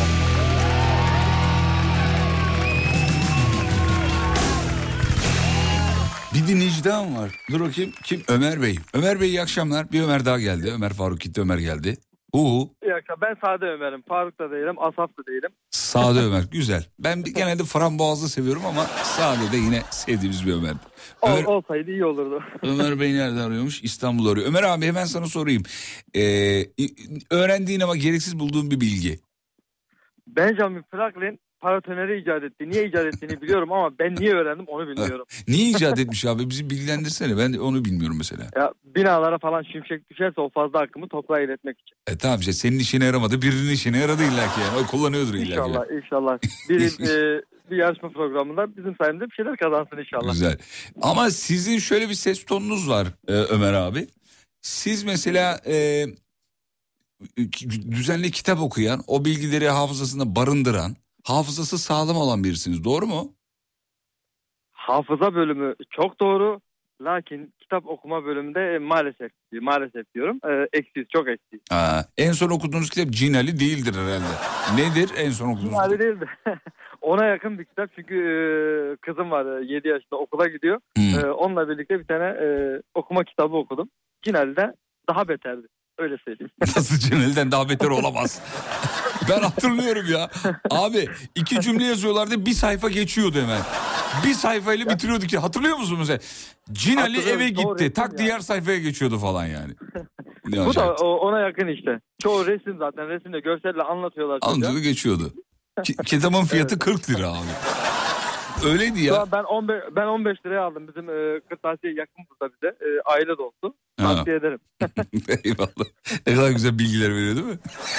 Bir dinleyici daha mı var? Dur bakayım. Kim? Ömer Bey. Ömer Bey iyi akşamlar. Bir Ömer daha geldi. Ömer Faruk gitti, Ömer geldi. Uhu. İyi akşamlar. Ben Sade Ömer'im. Faruk da değilim, Asaf da değilim. Sade Ömer. Güzel. Ben genelde frambuazlı seviyorum ama Sade de yine sevdiğimiz bir Ömer. Ömer... Ol, olsaydı iyi olurdu. Ömer Bey nerede arıyormuş? İstanbul arıyor. Ömer abi hemen sana sorayım. Ee, öğrendiğin ama gereksiz bulduğun bir bilgi. Benjamin Franklin paratoneri icat etti. Niye icat ettiğini biliyorum ama ben niye öğrendim onu bilmiyorum. Niye icat etmiş abi? Bizi bilgilendirsene. Ben onu bilmiyorum mesela. Ya binalara falan şimşek düşerse o fazla akımı toprağa iletmek için. E tamam işte, senin işine yaramadı, birinin işine yaradı illaki yani. O kullanıyordur illaki. İnşallah inşallah. Bir, e, bir yarışma programında bizim sayemizde bir şeyler kazansın inşallah. Güzel. Ama sizin şöyle bir ses tonunuz var e, Ömer abi. Siz mesela e, düzenli kitap okuyan, o bilgileri hafızasında barındıran, hafızası sağlam olan birisiniz. Doğru mu? Hafıza bölümü çok doğru. Lakin kitap okuma bölümünde e, maalesef maalesef diyorum. E, eksiz, çok eksiz. Ha, en son okuduğunuz kitap Cinali değildir herhalde. Nedir en son okuduğunuz kitap? Cinali değildi. Ona yakın bir kitap çünkü e, kızım var yedi yaşında, okula gidiyor. Hmm. E, onunla birlikte bir tane e, okuma kitabı okudum. Cinali'den daha beterdi. Öyle söyleyeyim. Nasıl Cinali'den daha beter olamaz? Ben hatırlıyorum ya. Abi iki cümle yazıyorlardı, bir sayfa geçiyordu hemen. Bir sayfayla bitiriyordu ki. Hatırlıyor musun mesela? Cinali eve gitti. Tak ya. Diğer sayfaya geçiyordu falan yani. Bu acayip. Da ona yakın işte. Çoğu resim zaten. Resimde görselle anlatıyorlar. Anlatıyordu, geçiyordu. Ki, kitabın fiyatı evet. kırk lira abi. Öyleydi ya. Ben on beş, ben on beş liraya aldım. Bizim e, kırtasiye yakın burada bize. E, aile dostu. Tavsiye ederim. Eyvallah. Ne kadar güzel bilgiler veriyor değil mi?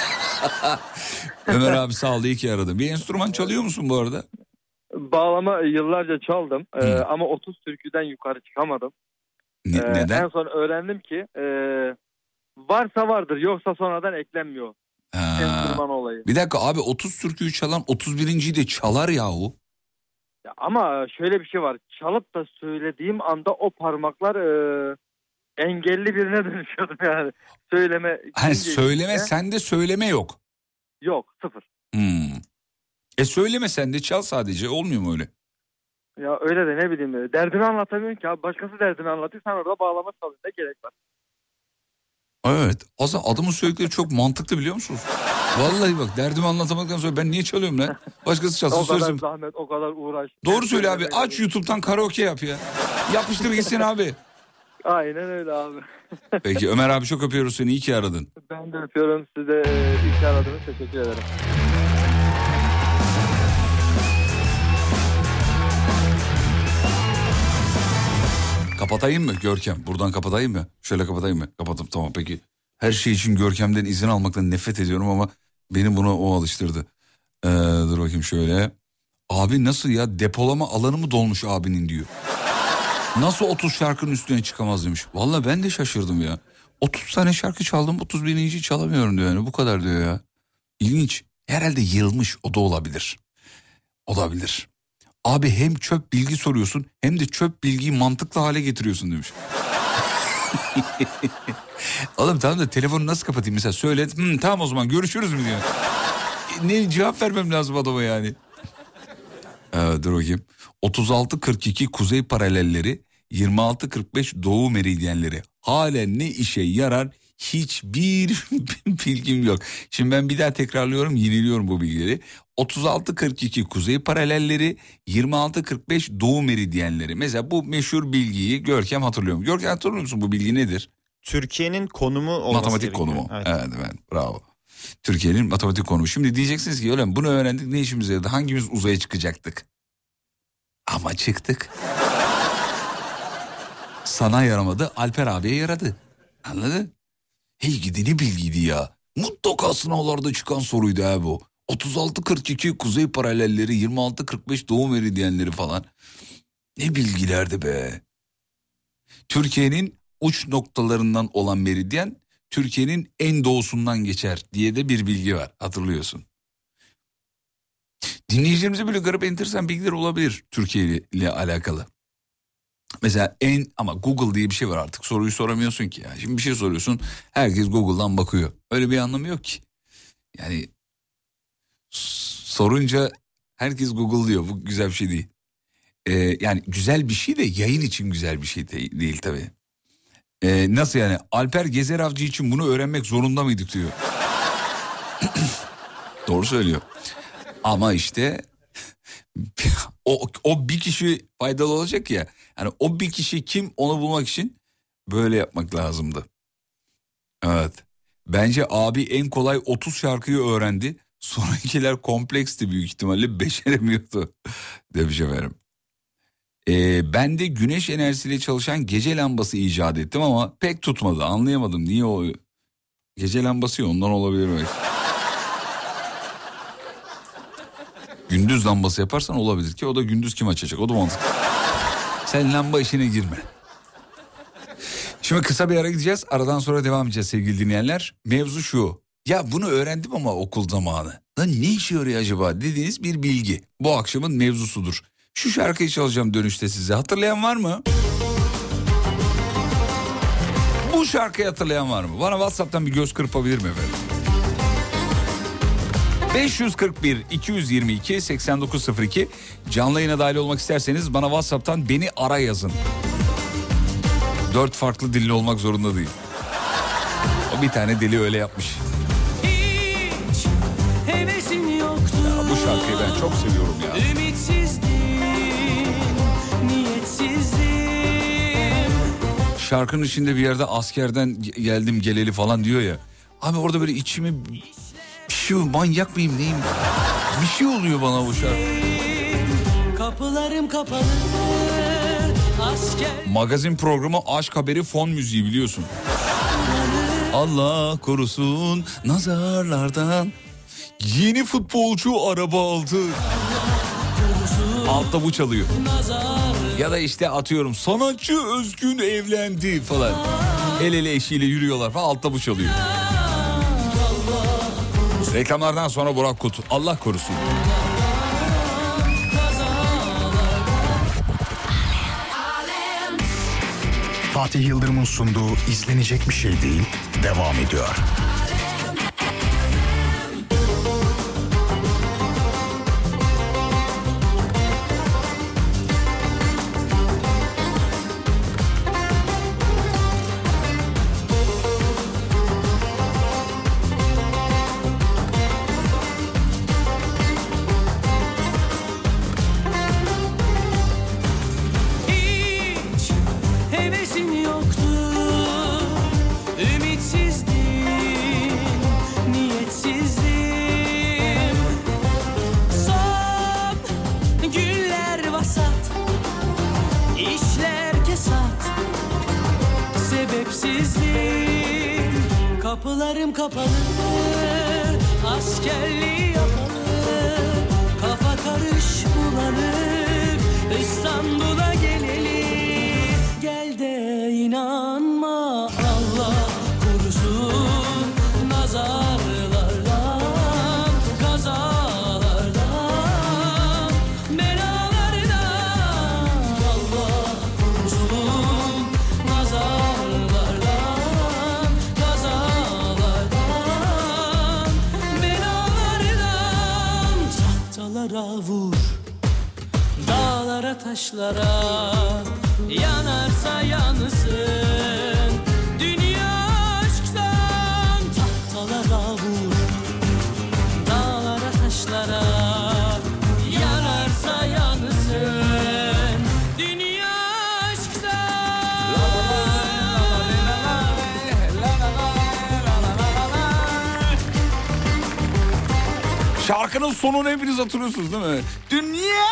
Ömer abi sağ ol, iyi ki aradım. Bir enstrüman çalıyor musun bu arada? Bağlama yıllarca çaldım. E, ama otuz türküden yukarı çıkamadım. Ne, e, neden? En son öğrendim ki e, varsa vardır, yoksa sonradan eklenmiyor. Ha. Enstrüman olayı. Bir dakika abi, otuz türküyü çalan otuz birinciyi de çalar yahu. Ya ama şöyle bir şey var. Çalıp da söylediğim anda o parmaklar e, engelli birine dönüşüyordum yani. Söyleme. Hani söyleme de, sende söyleme yok. Yok, sıfır. Hmm. E söyleme sen de çal sadece, olmuyor mu öyle? Ya öyle de ne bileyim, derdini anlatamıyorsun ki abi. Başkası derdini anlatıyor, sen orada bağlama çalıyorsun, ne gerek var? Evet. Aslında adamın söyledikleri çok mantıklı, biliyor musunuz? Vallahi bak, derdimi anlatamadıktan sonra ben niye çalıyorum lan? Başkası çalsın. O kadar söylesin. Zahmet, o kadar uğraş. Doğru söyle abi. Aç YouTube'dan karaoke yap ya. Yapıştır gitsin abi. Aynen öyle abi. Peki Ömer abi, çok öpüyoruz seni. İyi ki aradın. Ben de öpüyorum. Size iyi ki aradınız. Teşekkür ederim. Kapatayım mı Görkem? Buradan kapatayım mı? Şöyle kapatayım mı? Kapattım, tamam peki. Her şey için Görkem'den izin almaktan nefret ediyorum ama beni buna o alıştırdı. Ee, dur bakayım şöyle. Abi nasıl ya, depolama alanı mı dolmuş abinin diyor. Nasıl otuz şarkının üstüne çıkamaz demiş. Vallahi ben de şaşırdım ya. otuz tane şarkı çaldım, otuz birinciyi çalamıyorum diyor yani, bu kadar diyor ya. İlginç. Herhalde yılmış, o da olabilir. Olabilir. Abi hem çöp bilgi soruyorsun hem de çöp bilgiyi mantıklı hale getiriyorsun demiş. Oğlum tamam da telefonu nasıl kapatayım mesela, söyle. Hmm, tamam o zaman görüşürüz mü diyor. Ne cevap vermem lazım adama yani. Ee, dur bakayım. otuz altı kırk iki kuzey paralelleri, yirmi altı kırk beş doğu meridyenleri. Halen ne işe yarar hiçbir bilgim yok. Şimdi ben bir daha tekrarlıyorum, yeniliyorum bu bilgileri. otuz altı kırk iki kuzey paralelleri, yirmi altı kırk beş doğu meridyenleri. Mesela bu meşhur bilgiyi Görkem hatırlıyor mu? Görkem hatırlıyor musun, bu bilgi nedir? Türkiye'nin konumu olması Matematik gerekiyor. konumu. Evet. Evet, evet, bravo. Türkiye'nin matematik konumu. Şimdi diyeceksiniz ki öyle mi? Bunu öğrendik, ne işimize yaradı? Hangimiz uzaya çıkacaktık? Ama çıktık. Sana yaramadı, Alper abiye yaradı. Anladın? Hey gidi ne bilgiydi ya. Mutlaka sınavlarda çıkan soruydu ha bu. otuz altı kırk iki kuzey paralelleri, yirmi altı kırk beş doğu meridyenleri falan. Ne bilgilerdi be. Türkiye'nin uç noktalarından olan meridyen Türkiye'nin en doğusundan geçer diye de bir bilgi var, hatırlıyorsun. Dinleyicilerimize böyle garip enteresan bilgiler olabilir Türkiye ile alakalı. Mesela en ama Google diye bir şey var artık, soruyu soramıyorsun ki ya. Şimdi bir şey soruyorsun, herkes Google'dan bakıyor. Öyle bir anlamı yok ki. Yani sorunca herkes Google diyor, bu güzel bir şey değil. Ee, yani güzel bir şey de yayın için güzel bir şey de, değil tabii. Ee, nasıl yani, Alper Gezer Avcı için bunu öğrenmek zorunda mıydık diyor. Doğru söylüyor. Ama işte o, o bir kişi faydalı olacak ya. Yani o bir kişi kim, onu bulmak için böyle yapmak lazımdı. Evet. Bence abi en kolay otuz şarkıyı öğrendi. Sonrakiler kompleksti, büyük ihtimalle beceremiyordu demiş efendim. Ee, ben de güneş enerjisiyle çalışan gece lambası icat ettim ama pek tutmadı, anlayamadım niye o gece lambası ya, ondan olabilir mi? Gündüz lambası yaparsan olabilir ki, o da gündüz kim açacak, o da mantıklı. Sen lamba işine girme. Şimdi kısa bir ara gideceğiz, aradan sonra devam edeceğiz sevgili dinleyenler. Mevzu şu, ya bunu öğrendim ama okul zamanı, lan ne işe yarıyor acaba dediğiniz bir bilgi bu akşamın mevzusudur. Şu şarkıyı çalacağım dönüşte size, hatırlayan var mı? Bu şarkıyı hatırlayan var mı? Bana WhatsApp'tan bir göz kırpabilir mi efendim? beş yüz kırk bir iki yüz yirmi iki seksen dokuz sıfır iki canlı yayına dahil olmak isterseniz bana WhatsApp'tan beni ara yazın. Dört farklı dilli olmak zorunda değil. O bir tane deli öyle yapmış. Hiç hevesin yoktu. Ya bu şarkıyı ben çok seviyorum ya. Ümitsizdim, niyetsizdim. Şarkının içinde bir yerde askerden geldim geleli falan diyor ya. Abi orada böyle içime bir şey, manyak mıyım neyim? Bir şey oluyor bana bu şarkı. Kapılarım kapalı. Asker. Magazin programı Aşk Haberi fon müziği biliyorsun. Allah korusun nazarlardan. Yeni futbolcu araba aldı. Altta bu çalıyor. Ya da işte atıyorum sanatçı Özgün evlendi falan. El ele eşiyle yürüyorlar falan, altta bu çalıyor. Reklamlardan sonra Burak Kut. Allah korusun. Fatih Yıldırım'ın sunduğu izlenecek bir şey değil devam ediyor. Hevesin yoktu, ümitsizdim, Kapılarım kapalı, askerliği yapalı, kafa karış bulanık, İstanbul'a gelelim. Gel de inanma, Allah korusun nazarlardan, kazalardan, belalardan. Allah korusun nazarlardan, kazalardan, belalardan. Tahtalara vur, dağlara taşlara, yanarsa yansın dünya aşktan. Tahtalara vur, dağlara taşlara, yanarsa yansın dünya aşktan. Şarkının sonunu hepiniz hatırlıyorsunuz değil mi? Dünya.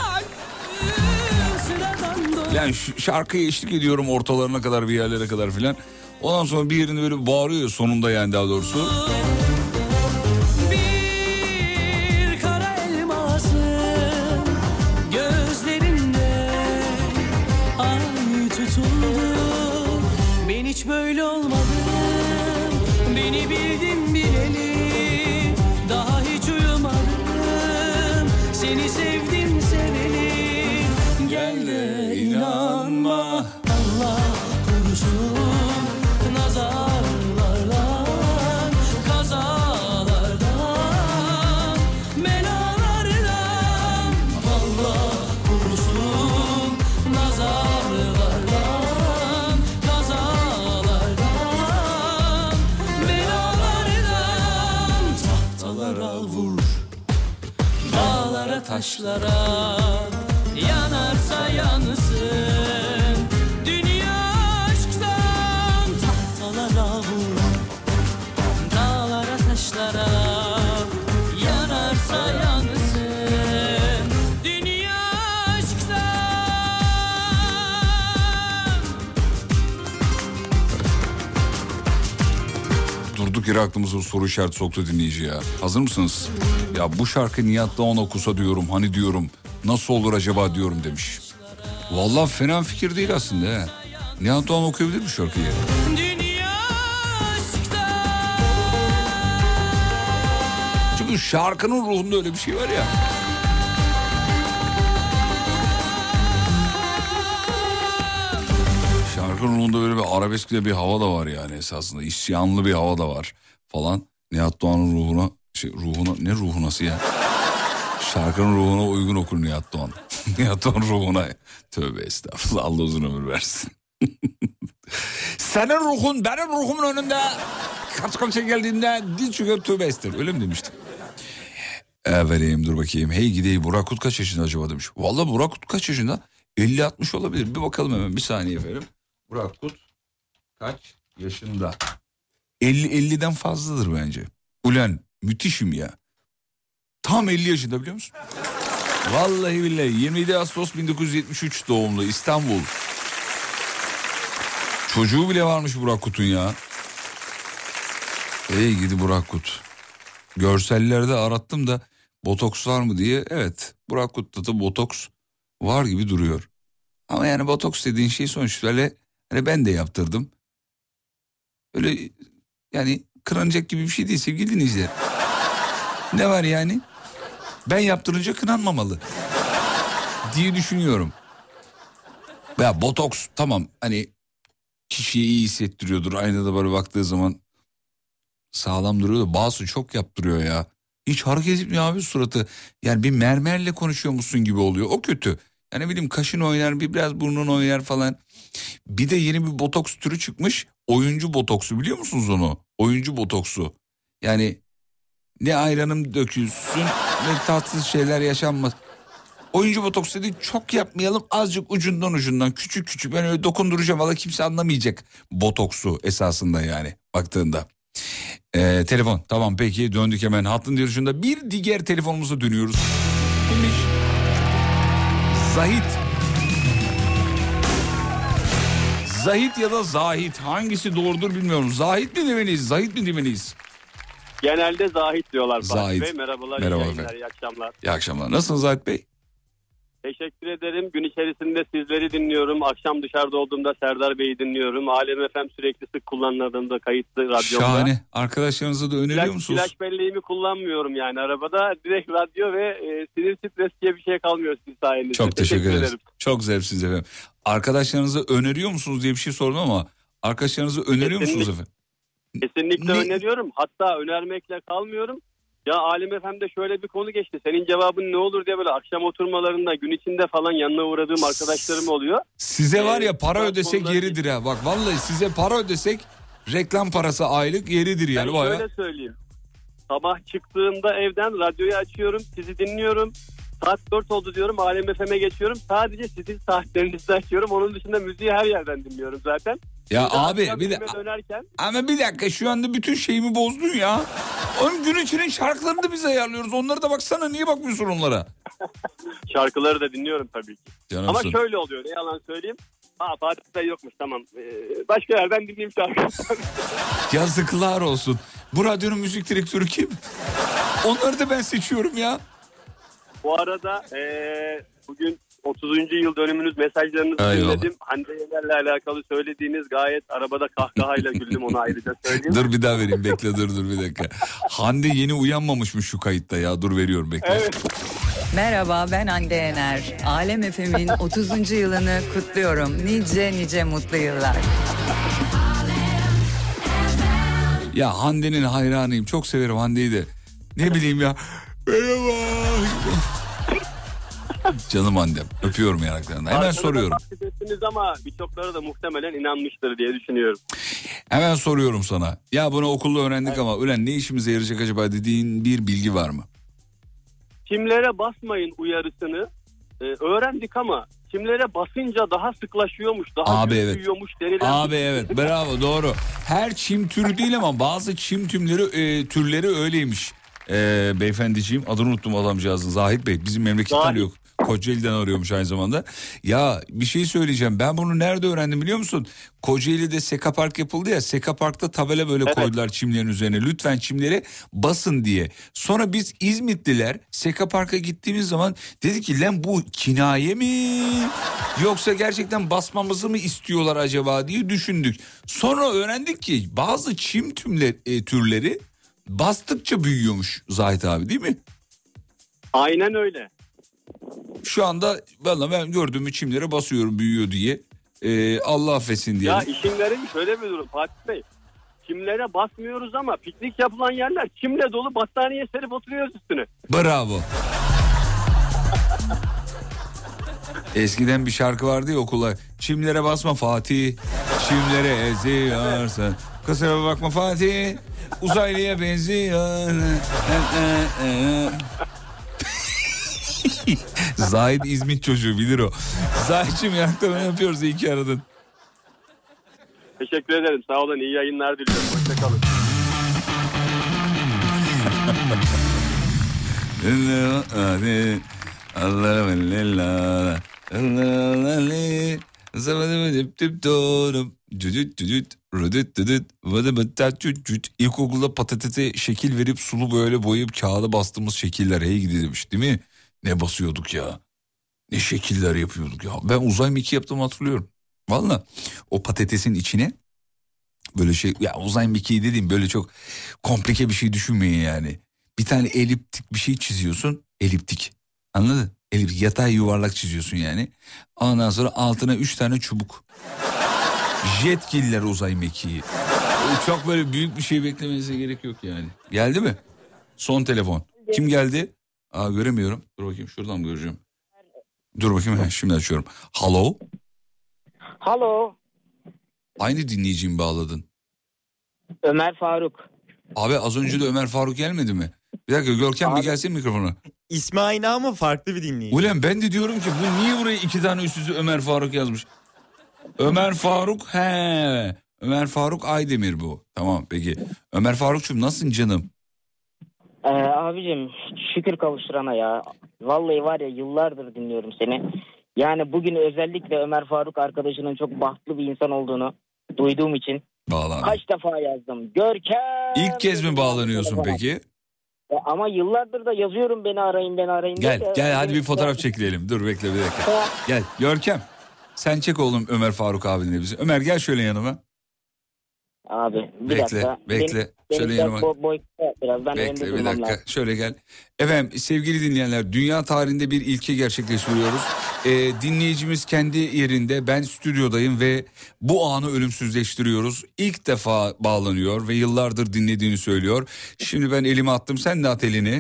Yani şarkıya eşlik ediyorum ortalarına kadar, bir yerlere kadar filan. Ondan sonra bir yerinde böyle bağırıyor sonunda, yani daha doğrusu. Bir kara elmasın gözlerinde ay tutuldu. Ben hiç böyle olmadım, beni bildin bileli, daha hiç uyumadım, seni sevdim seveli. Gel de inanma, Allah korusun nazarlardan, kazalardan, belalardan. Allah korusun nazarlardan, kazalardan, belalardan. Tahtalara vur, dağlara taşlara, yanarsa yansın dünya aşktan. Tahtalara vur, dağlara taşlara, yanarsa yansın dünya aşktan. Durduk yere aklımıza soru işareti soktu dinleyici ya. Hazır mısınız? Ya bu şarkı Nihat Doğan okusa diyorum, hani diyorum, nasıl olur acaba diyorum demiş. Vallahi fena fikir değil aslında he. Nihat Doğan okuyabilir mi şarkıyı? Çünkü şarkının ruhunda öyle bir şey var ya. Şarkının ruhunda böyle bir arabeskle bir hava da var yani esasında. İsyanlı bir hava da var falan. Nihat Doğan'ın ruhuna, şey, ruhuna ne ruhu nasıl ya? Şarkının ruhuna uygun okur Nihat Doğan. Nihat Doğan ruhuna. Tövbe estağfurullah, Allah uzun ömür versin. Senin ruhun benim ruhumun önünde kaç kaça geldiğinde diz çöker tövbe ester. Öyle mi demiştim? Efendim dur bakayım. Hey gideyim, Burak Kut kaç yaşında acaba demiş. Vallahi Burak Kut kaç yaşında? elli altmış olabilir. Bir bakalım hemen, bir saniye efendim. Burak Kut kaç yaşında? elli elliden fazladır bence. Ulan müthişim ya. Tam elli yaşında biliyor musun? Vallahi billahi yirmi yedi Ağustos bin dokuz yüz yetmiş üç doğumlu, İstanbul. Çocuğu bile varmış Burak Kut'un ya. Ey gidi Burak Kut. Görsellerde arattım da botoks var mı diye. Evet, Burak Kut'ta da botoks var gibi duruyor. Ama yani botoks dediğin şey sonuçta öyle, hani ben de yaptırdım. Öyle yani kınanacak gibi bir şey değil sevgili dinleyiciler. Ne var yani? Ben yaptırınca kınanmamalı diye düşünüyorum. Ya botoks tamam, hani kişiye iyi hissettiriyordur. Aynada böyle baktığı zaman sağlam duruyor da bazısı çok yaptırıyor ya. Hiç hareket etmiyor abi suratı. Yani bir mermerle konuşuyormuşsun gibi oluyor. O kötü. Yani bileyim kaşın oynar, bir biraz burnun oynar falan. Bir de yeni bir botoks türü çıkmış. Oyuncu botoksu, biliyor musunuz onu? Oyuncu botoksu. Yani ne ayranım dökülsün ne tatsız şeyler yaşanmaz. Oyuncu botoks dedi, çok yapmayalım, azıcık ucundan ucundan küçük küçük, ben öyle dokunduracağım, valla kimse anlamayacak botoksu esasında yani baktığında. Ee, telefon tamam, peki döndük hemen hattın dışında bir diğer telefonumuza dönüyoruz. Kimmiş? Zahit. Zahit ya da Zahit hangisi doğrudur bilmiyorum. Zahit mi demeliyiz, Zahit mi demeliyiz? Genelde Zahit diyorlar. Zahit. Bey. Merhabalar, Merhaba iyi yayınlar, efendim. iyi akşamlar. İyi akşamlar. Nasılsınız Zahit Bey? Teşekkür ederim. Gün içerisinde sizleri dinliyorum. Akşam dışarıda olduğumda Serdar Bey'i dinliyorum. Alem F M sürekli sık kullanıldığımda kayıtlı radyomda. Şahane. Arkadaşlarınıza da öneriyor Flash, musunuz? flash belleğimi kullanmıyorum yani arabada. Direkt radyo ve e, sinir stres diye bir şey kalmıyor sizin sayenizde. Çok teşekkür, teşekkür ederiz. ederim. Çok zevksiz efendim. Arkadaşlarınıza öneriyor musunuz diye bir şey sordum ama arkadaşlarınıza öneriyor Kesinlikle. musunuz efendim? Kesinlikle Ne? öneriyorum. Hatta önermekle kalmıyorum. Ya Alem F M'de şöyle bir konu geçti. Senin cevabın ne olur diye böyle akşam oturmalarında gün içinde falan yanına uğradığım arkadaşlarım oluyor. Size var ya Ee, para bazı ödesek konular- yeridir ha. Bak vallahi size para ödesek reklam parası aylık yeridir yani. Ben Bayağı. şöyle söyleyeyim. Sabah çıktığımda evden radyoyu açıyorum. Sizi dinliyorum. Saat dört oldu diyorum. Alem F M'e geçiyorum. Sadece sizin saatlerinizde açıyorum. Onun dışında müziği her yerden dinliyorum zaten. Ya Bir de abi akşam bir de evime dönerken ama bir dakika şu anda bütün şeyimi bozdun ya. Onun gün içinin şarkılarını da biz ayarlıyoruz. Onlara da baksana, niye bakmıyorsun onlara? şarkıları da dinliyorum tabii ki. Canımsın. Ama şöyle oluyor, ne yalan söyleyeyim. Ha Fatih Bey yokmuş, tamam. Ee, başka yerden dinleyeyim şarkıyı. Yazıklar olsun. Bu radyonun müzik direktörü kim? Onları da ben seçiyorum ya. Bu arada ee, bugün otuzuncu yıl dönümünüz, mesajlarınızı Eyvallah. dinledim. Hande Yener'le alakalı söylediğiniz gayet arabada kahkahayla güldüm, onu ayrıca söyleyeyim. Dur bir daha vereyim, bekle dur dur bir dakika. Hande yeni uyanmamışmış şu kayıtta ya, dur veriyorum bekle. Evet. Merhaba, ben Hande Yener. Alem F M'in otuzuncu yılını kutluyorum. Nice nice mutlu yıllar. Ya Hande'nin hayranıyım, çok severim Hande'yi de. Ne bileyim ya. Merhaba. Canım Handem, öpüyorum yanaklarından. Hemen Arkada da soruyorum. bahsettiniz ama birçokları da muhtemelen inanmıştır diye düşünüyorum. Hemen soruyorum sana. Ya bunu okulda öğrendik ama ulan ne işimize yarayacak acaba dediğin bir bilgi var mı? Çimlere basmayın uyarısını e, öğrendik ama çimlere basınca daha sıklaşıyormuş, daha Abi büyük evet. büyüyormuş denilen. Abi evet, bravo, doğru. Her çim türü değil ama bazı çim tümleri e, türleri öyleymiş. E, beyefendiciğim, adını unuttum adamcağızın, Zahit Bey, bizim memleketten Zahit. yok. Kocaeli'den arıyormuş aynı zamanda. Ya bir şey söyleyeceğim, ben bunu nerede öğrendim biliyor musun? Kocaeli'de Seka Park yapıldı ya, Seka Park'ta tabela böyle Evet. koydular çimlerin üzerine, lütfen çimlere basın diye. Sonra biz İzmitliler Seka Park'a gittiğimiz zaman dedi ki lan bu kinaye mi yoksa gerçekten basmamızı mı istiyorlar acaba diye düşündük. Sonra öğrendik ki bazı çim tümle, e, türleri bastıkça büyüyormuş Zahit abi, değil mi? Aynen öyle. Şu anda vallahi ben gördüğüm çimlere basıyorum büyüyor diye. Ee, Allah affetsin diye. Ya işimlerin şöyle bir durum Fatih Bey. Çimlere basmıyoruz ama piknik yapılan yerler çimle dolu, battaniye serip oturuyoruz üstüne. Bravo. Eskiden bir şarkı vardı ya okulda. Çimlere basma Fatih, çimlere eziyorsun. Kusura bakma Fatih, uzaylıya benziyor. Zahid İzmit çocuğu, bilir o. Zahid'cim yanaklarını yapıyoruz, iyi ki aradın. Teşekkür ederim, sağ olun, iyi yayınlar diliyorum. Hoşçakalın. İlkokulda patatese şekil verip sulu böyle boyayıp kağıda bastığımız şekiller, hey gidi demiş değil mi? Ne basıyorduk ya? Ne şekiller yapıyorduk ya? Ben uzay mekiği yaptığımı hatırlıyorum. Valla o patatesin içine böyle şey, ya uzay mekiği dediğim böyle çok komplike bir şey düşünmeyin yani. Bir tane eliptik bir şey çiziyorsun, eliptik, anladın? Eliptik, yatay yuvarlak çiziyorsun yani. Ondan sonra altına üç tane çubuk. Jetgiller uzay mekiği. Çok böyle büyük bir şey beklemenize gerek yok yani. Geldi mi? Son telefon. Kim geldi? Aa, göremiyorum. Dur bakayım, şuradan mı göreceğim? Dur bakayım, he, şimdi açıyorum. Hello? Halo. Aynı dinleyicimi bağladın. Ömer Faruk. Abi az önce de Ömer Faruk gelmedi mi? Bir dakika Görkem, bir gelsin mikrofona. İsmi aynı ama farklı bir dinleyici. Ulan ben de diyorum ki bu niye buraya iki tane üst üste Ömer Faruk yazmış? Ömer Faruk, he. Ömer Faruk Aydemir bu. Tamam peki. Ömer Faruk'cum nasılsın canım? Ee, abicim şükür kavuşturana ya. Vallahi var ya, yıllardır dinliyorum seni. Yani bugün özellikle Ömer Faruk arkadaşının çok bahtlı bir insan olduğunu duyduğum için Bağlan. kaç defa yazdım. Görkem. İlk kez mi bağlanıyorsun peki? Ya ama yıllardır da yazıyorum beni arayın beni arayın. Gel diye. gel hadi bir fotoğraf çekilelim. Dur bekle bir dakika. Gel Görkem. Sen çek oğlum Ömer Faruk abinle bizi. Ömer gel şöyle yanıma. Abi bir Bekle, dakika. bekle. Benim, Şöyle benim yanıma. Bo- boy, biraz ben Bekle bir dakika. Lazım. Şöyle gel. Efendim sevgili dinleyenler, dünya tarihinde bir ilke gerçekleştiriyoruz. Ee, dinleyicimiz kendi yerinde, ben stüdyodayım ve bu anı ölümsüzleştiriyoruz. İlk defa bağlanıyor ve yıllardır dinlediğini söylüyor. Şimdi ben elimi attım, sen de at elini.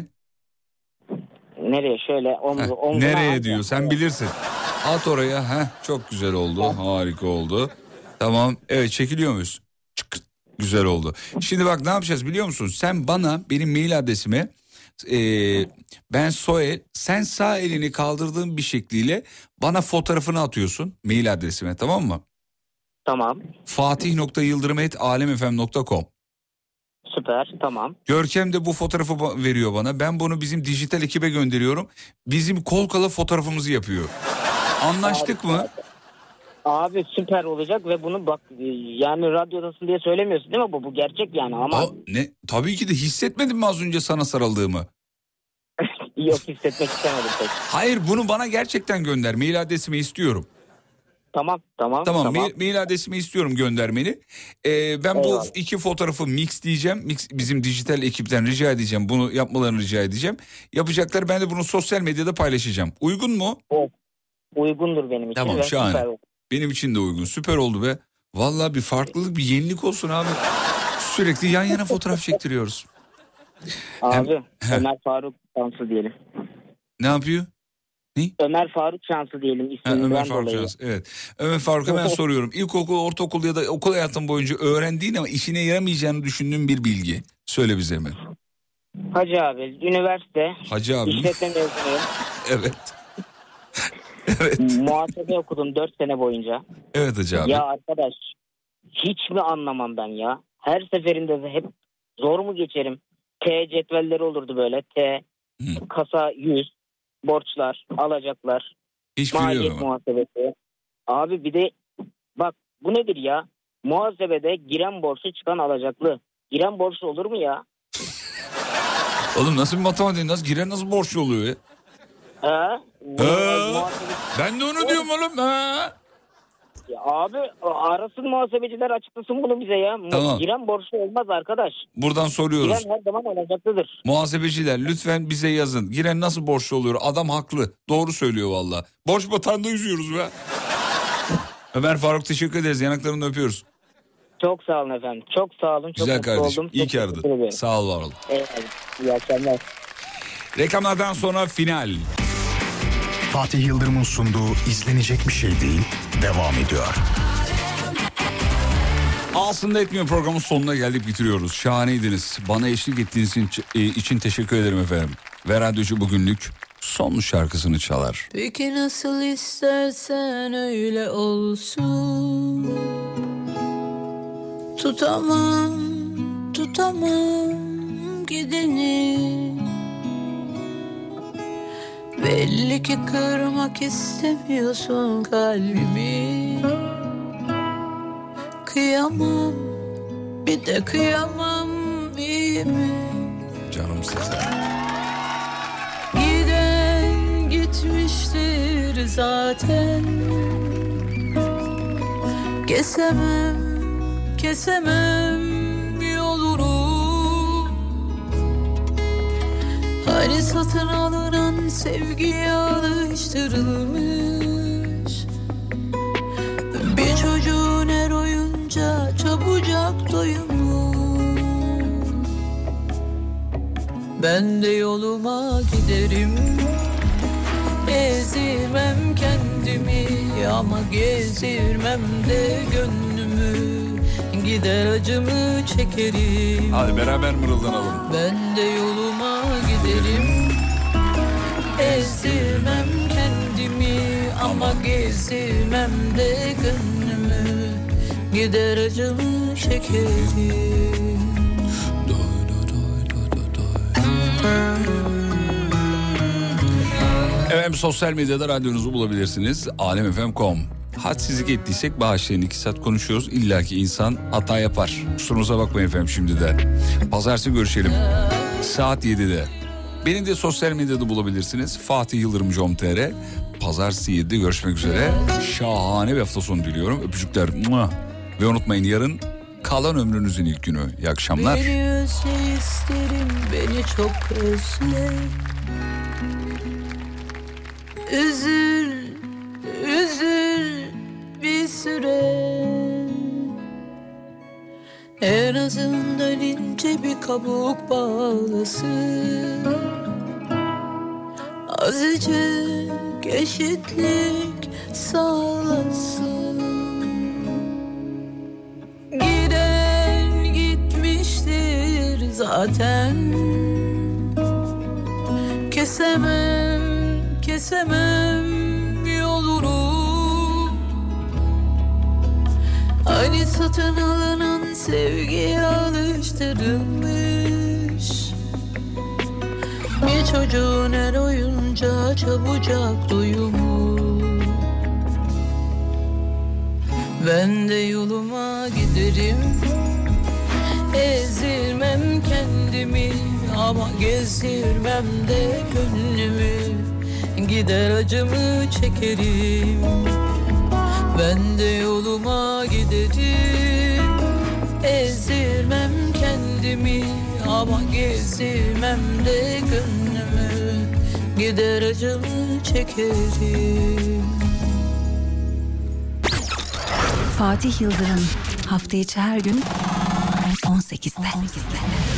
Nereye? Şöyle omzu, omzuna Nereye at diyor, ya. sen bilirsin. At oraya. Heh, çok güzel oldu, harika oldu. Tamam, evet, çekiliyor muyuz? Çık, güzel oldu. Şimdi bak ne yapacağız biliyor musun? Sen bana benim mail adresime e, ben Soel, sen sağ elini kaldırdığın bir şekliyle bana fotoğrafını atıyorsun mail adresime, tamam mı? Tamam. fatih nokta yıldırım et alemfm nokta com. Süper, tamam. Görkem de bu fotoğrafı ba- veriyor bana. Ben bunu bizim dijital ekibe gönderiyorum. Bizim kol kola fotoğrafımızı yapıyor. Anlaştık Abi, mı? Abi süper olacak ve bunu bak yani radyodasın diye söylemiyorsun değil mi bu? Bu gerçek yani ama. Aa, ne? Tabii ki de hissetmedin mi az önce sana sarıldığımı? Yok, hissetmek istemedim pek. Hayır, bunu bana gerçekten gönder. Mail adresimi istiyorum. Tamam tamam. Tamam, tamam. Mail, mail adresimi istiyorum göndermeni. Ee, ben Eyvallah. bu iki fotoğrafı mix diyeceğim. Mix, bizim dijital ekipten rica edeceğim. Bunu yapmalarını rica edeceğim. Yapacaklar, ben de bunu sosyal medyada paylaşacağım. Uygun mu? O, uygundur benim için. Tamam, ve şahane. süper oldu. Benim için de uygun. Süper oldu be. Vallahi bir farklılık, bir yenilik olsun abi. Sürekli yan yana fotoğraf çektiriyoruz. Abi Hem... Ömer Faruk şansı diyelim. Ne yapıyor? Ne? Ömer Faruk şansı diyelim isminden Ömer Faruk dolayı. şansı, evet. Ömer Faruk, hemen soruyorum. İlkokul, ortaokul ya da okul hayatın boyunca öğrendiğin ama işine yaramayacağını düşündüğün bir bilgi. Söyle bize mi? Hacı abi, üniversite. Hacı abi. İşletme mezunuyum. Evet. Evet. Muhasebe okudum dört sene boyunca. Evet Hacı abi. Ya arkadaş hiç mi anlamam ben ya? Her seferinde de hep zor mu geçerim? T cetvelleri olurdu böyle. T, hmm. kasa yüz, borçlar, alacaklar, Hiç maliyet muhasebesi. Abi bir de bak bu nedir ya? Muhasebede giren borçlu çıkan alacaklı. Giren borçlu olur mu ya? Oğlum nasıl bir matematik, nasıl giren nasıl borçlu oluyor ya? Ha? Ha? Ben de onu diyorum oğlum. Ha? Ya abi arasın muhasebeciler, açıklasın bunu bize ya. Tamam. Giren borçlu olmaz arkadaş. Buradan soruyoruz. Giren her zaman alacaklıdır. Muhasebeciler lütfen bize yazın. Giren nasıl borçlu oluyor? Adam haklı. Doğru söylüyor valla. Borç batağında yüzüyoruz be. Ömer Faruk, teşekkür ederiz. Yanaklarını öpüyoruz. Çok sağ olun efendim. Çok sağ olun. Çok Güzel mutlu kardeşim. oldum. İyi Çok ki aradın. teşekkür ederim. Sağ ol, var ol. Eyvallah. İyi akşamlar. Reklamlardan sonra final. Fatih Yıldırım'ın sunduğu izlenecek bir şey değil devam ediyor. Aslında etmiyor, programın sonuna geldik, bitiriyoruz. Şahaneydiniz. Bana eşlik ettiğiniz için teşekkür ederim efendim. Ve radyocu bugünlük son şarkısını çalar. Peki nasıl istersen öyle olsun. Tutamam, tutamam gideni. Belli ki kırmak istemiyorsun kalbimi. Kıyamam, bir de kıyamam, iyi mi? Canım Sezen. Giden gitmiştir zaten. Kesemem, kesemem yolunu. Hani satın alınan sevgiye alıştırılmış. Bir çocuğun er oyunca çabucak doyumlu. Ben de yoluma giderim. Ezirmem kendimi ama gezirmem de gönlümü. Gider acımı çekerim. Hadi beraber mırıldanalım. Ben de yoluma giderim. Ezdirmem kendimi ama gezdirmem de gönlümü. Gider acımı çekerim. Efendim sosyal medyada radyonuzu bulabilirsiniz. alem f m nokta com. Hadsizlik ettiysek bağışlayın, iki saat konuşuyoruz. İlla ki insan hata yapar. Kusurumuza bakmayın efendim şimdiden. Pazartesi görüşelim. Saat yedide. Beni de sosyal medyada bulabilirsiniz. Fatih Yıldırım nokta com nokta t r. Pazartesi yedide görüşmek üzere. Şahane bir hafta sonu diliyorum. Öpücükler. Ve unutmayın yarın kalan ömrünüzün ilk günü. İyi akşamlar. Beni özle isterim, beni çok özle. Üzül, üzül bir süre. En azından ince bir kabuk bağlasın. Azıcık eşitlik sağlasın. Giden gitmiştir zaten. Kesemem, kesemem yolunu. Hani satın alınan sevgiye alıştırılmış. Bir çocuğun her oyuncağı çabucak duyumu. Ben de yoluma giderim, ezdirmem kendimi, ama gezdirmem de gönlümü. Gider acımı çekerim. Ben de yoluma giderim, ezdirmem kendimi, ama gezdirmem de gönlümü. Gider acımı çekerim. Fatih Yıldırım hafta içi her gün on sekizde.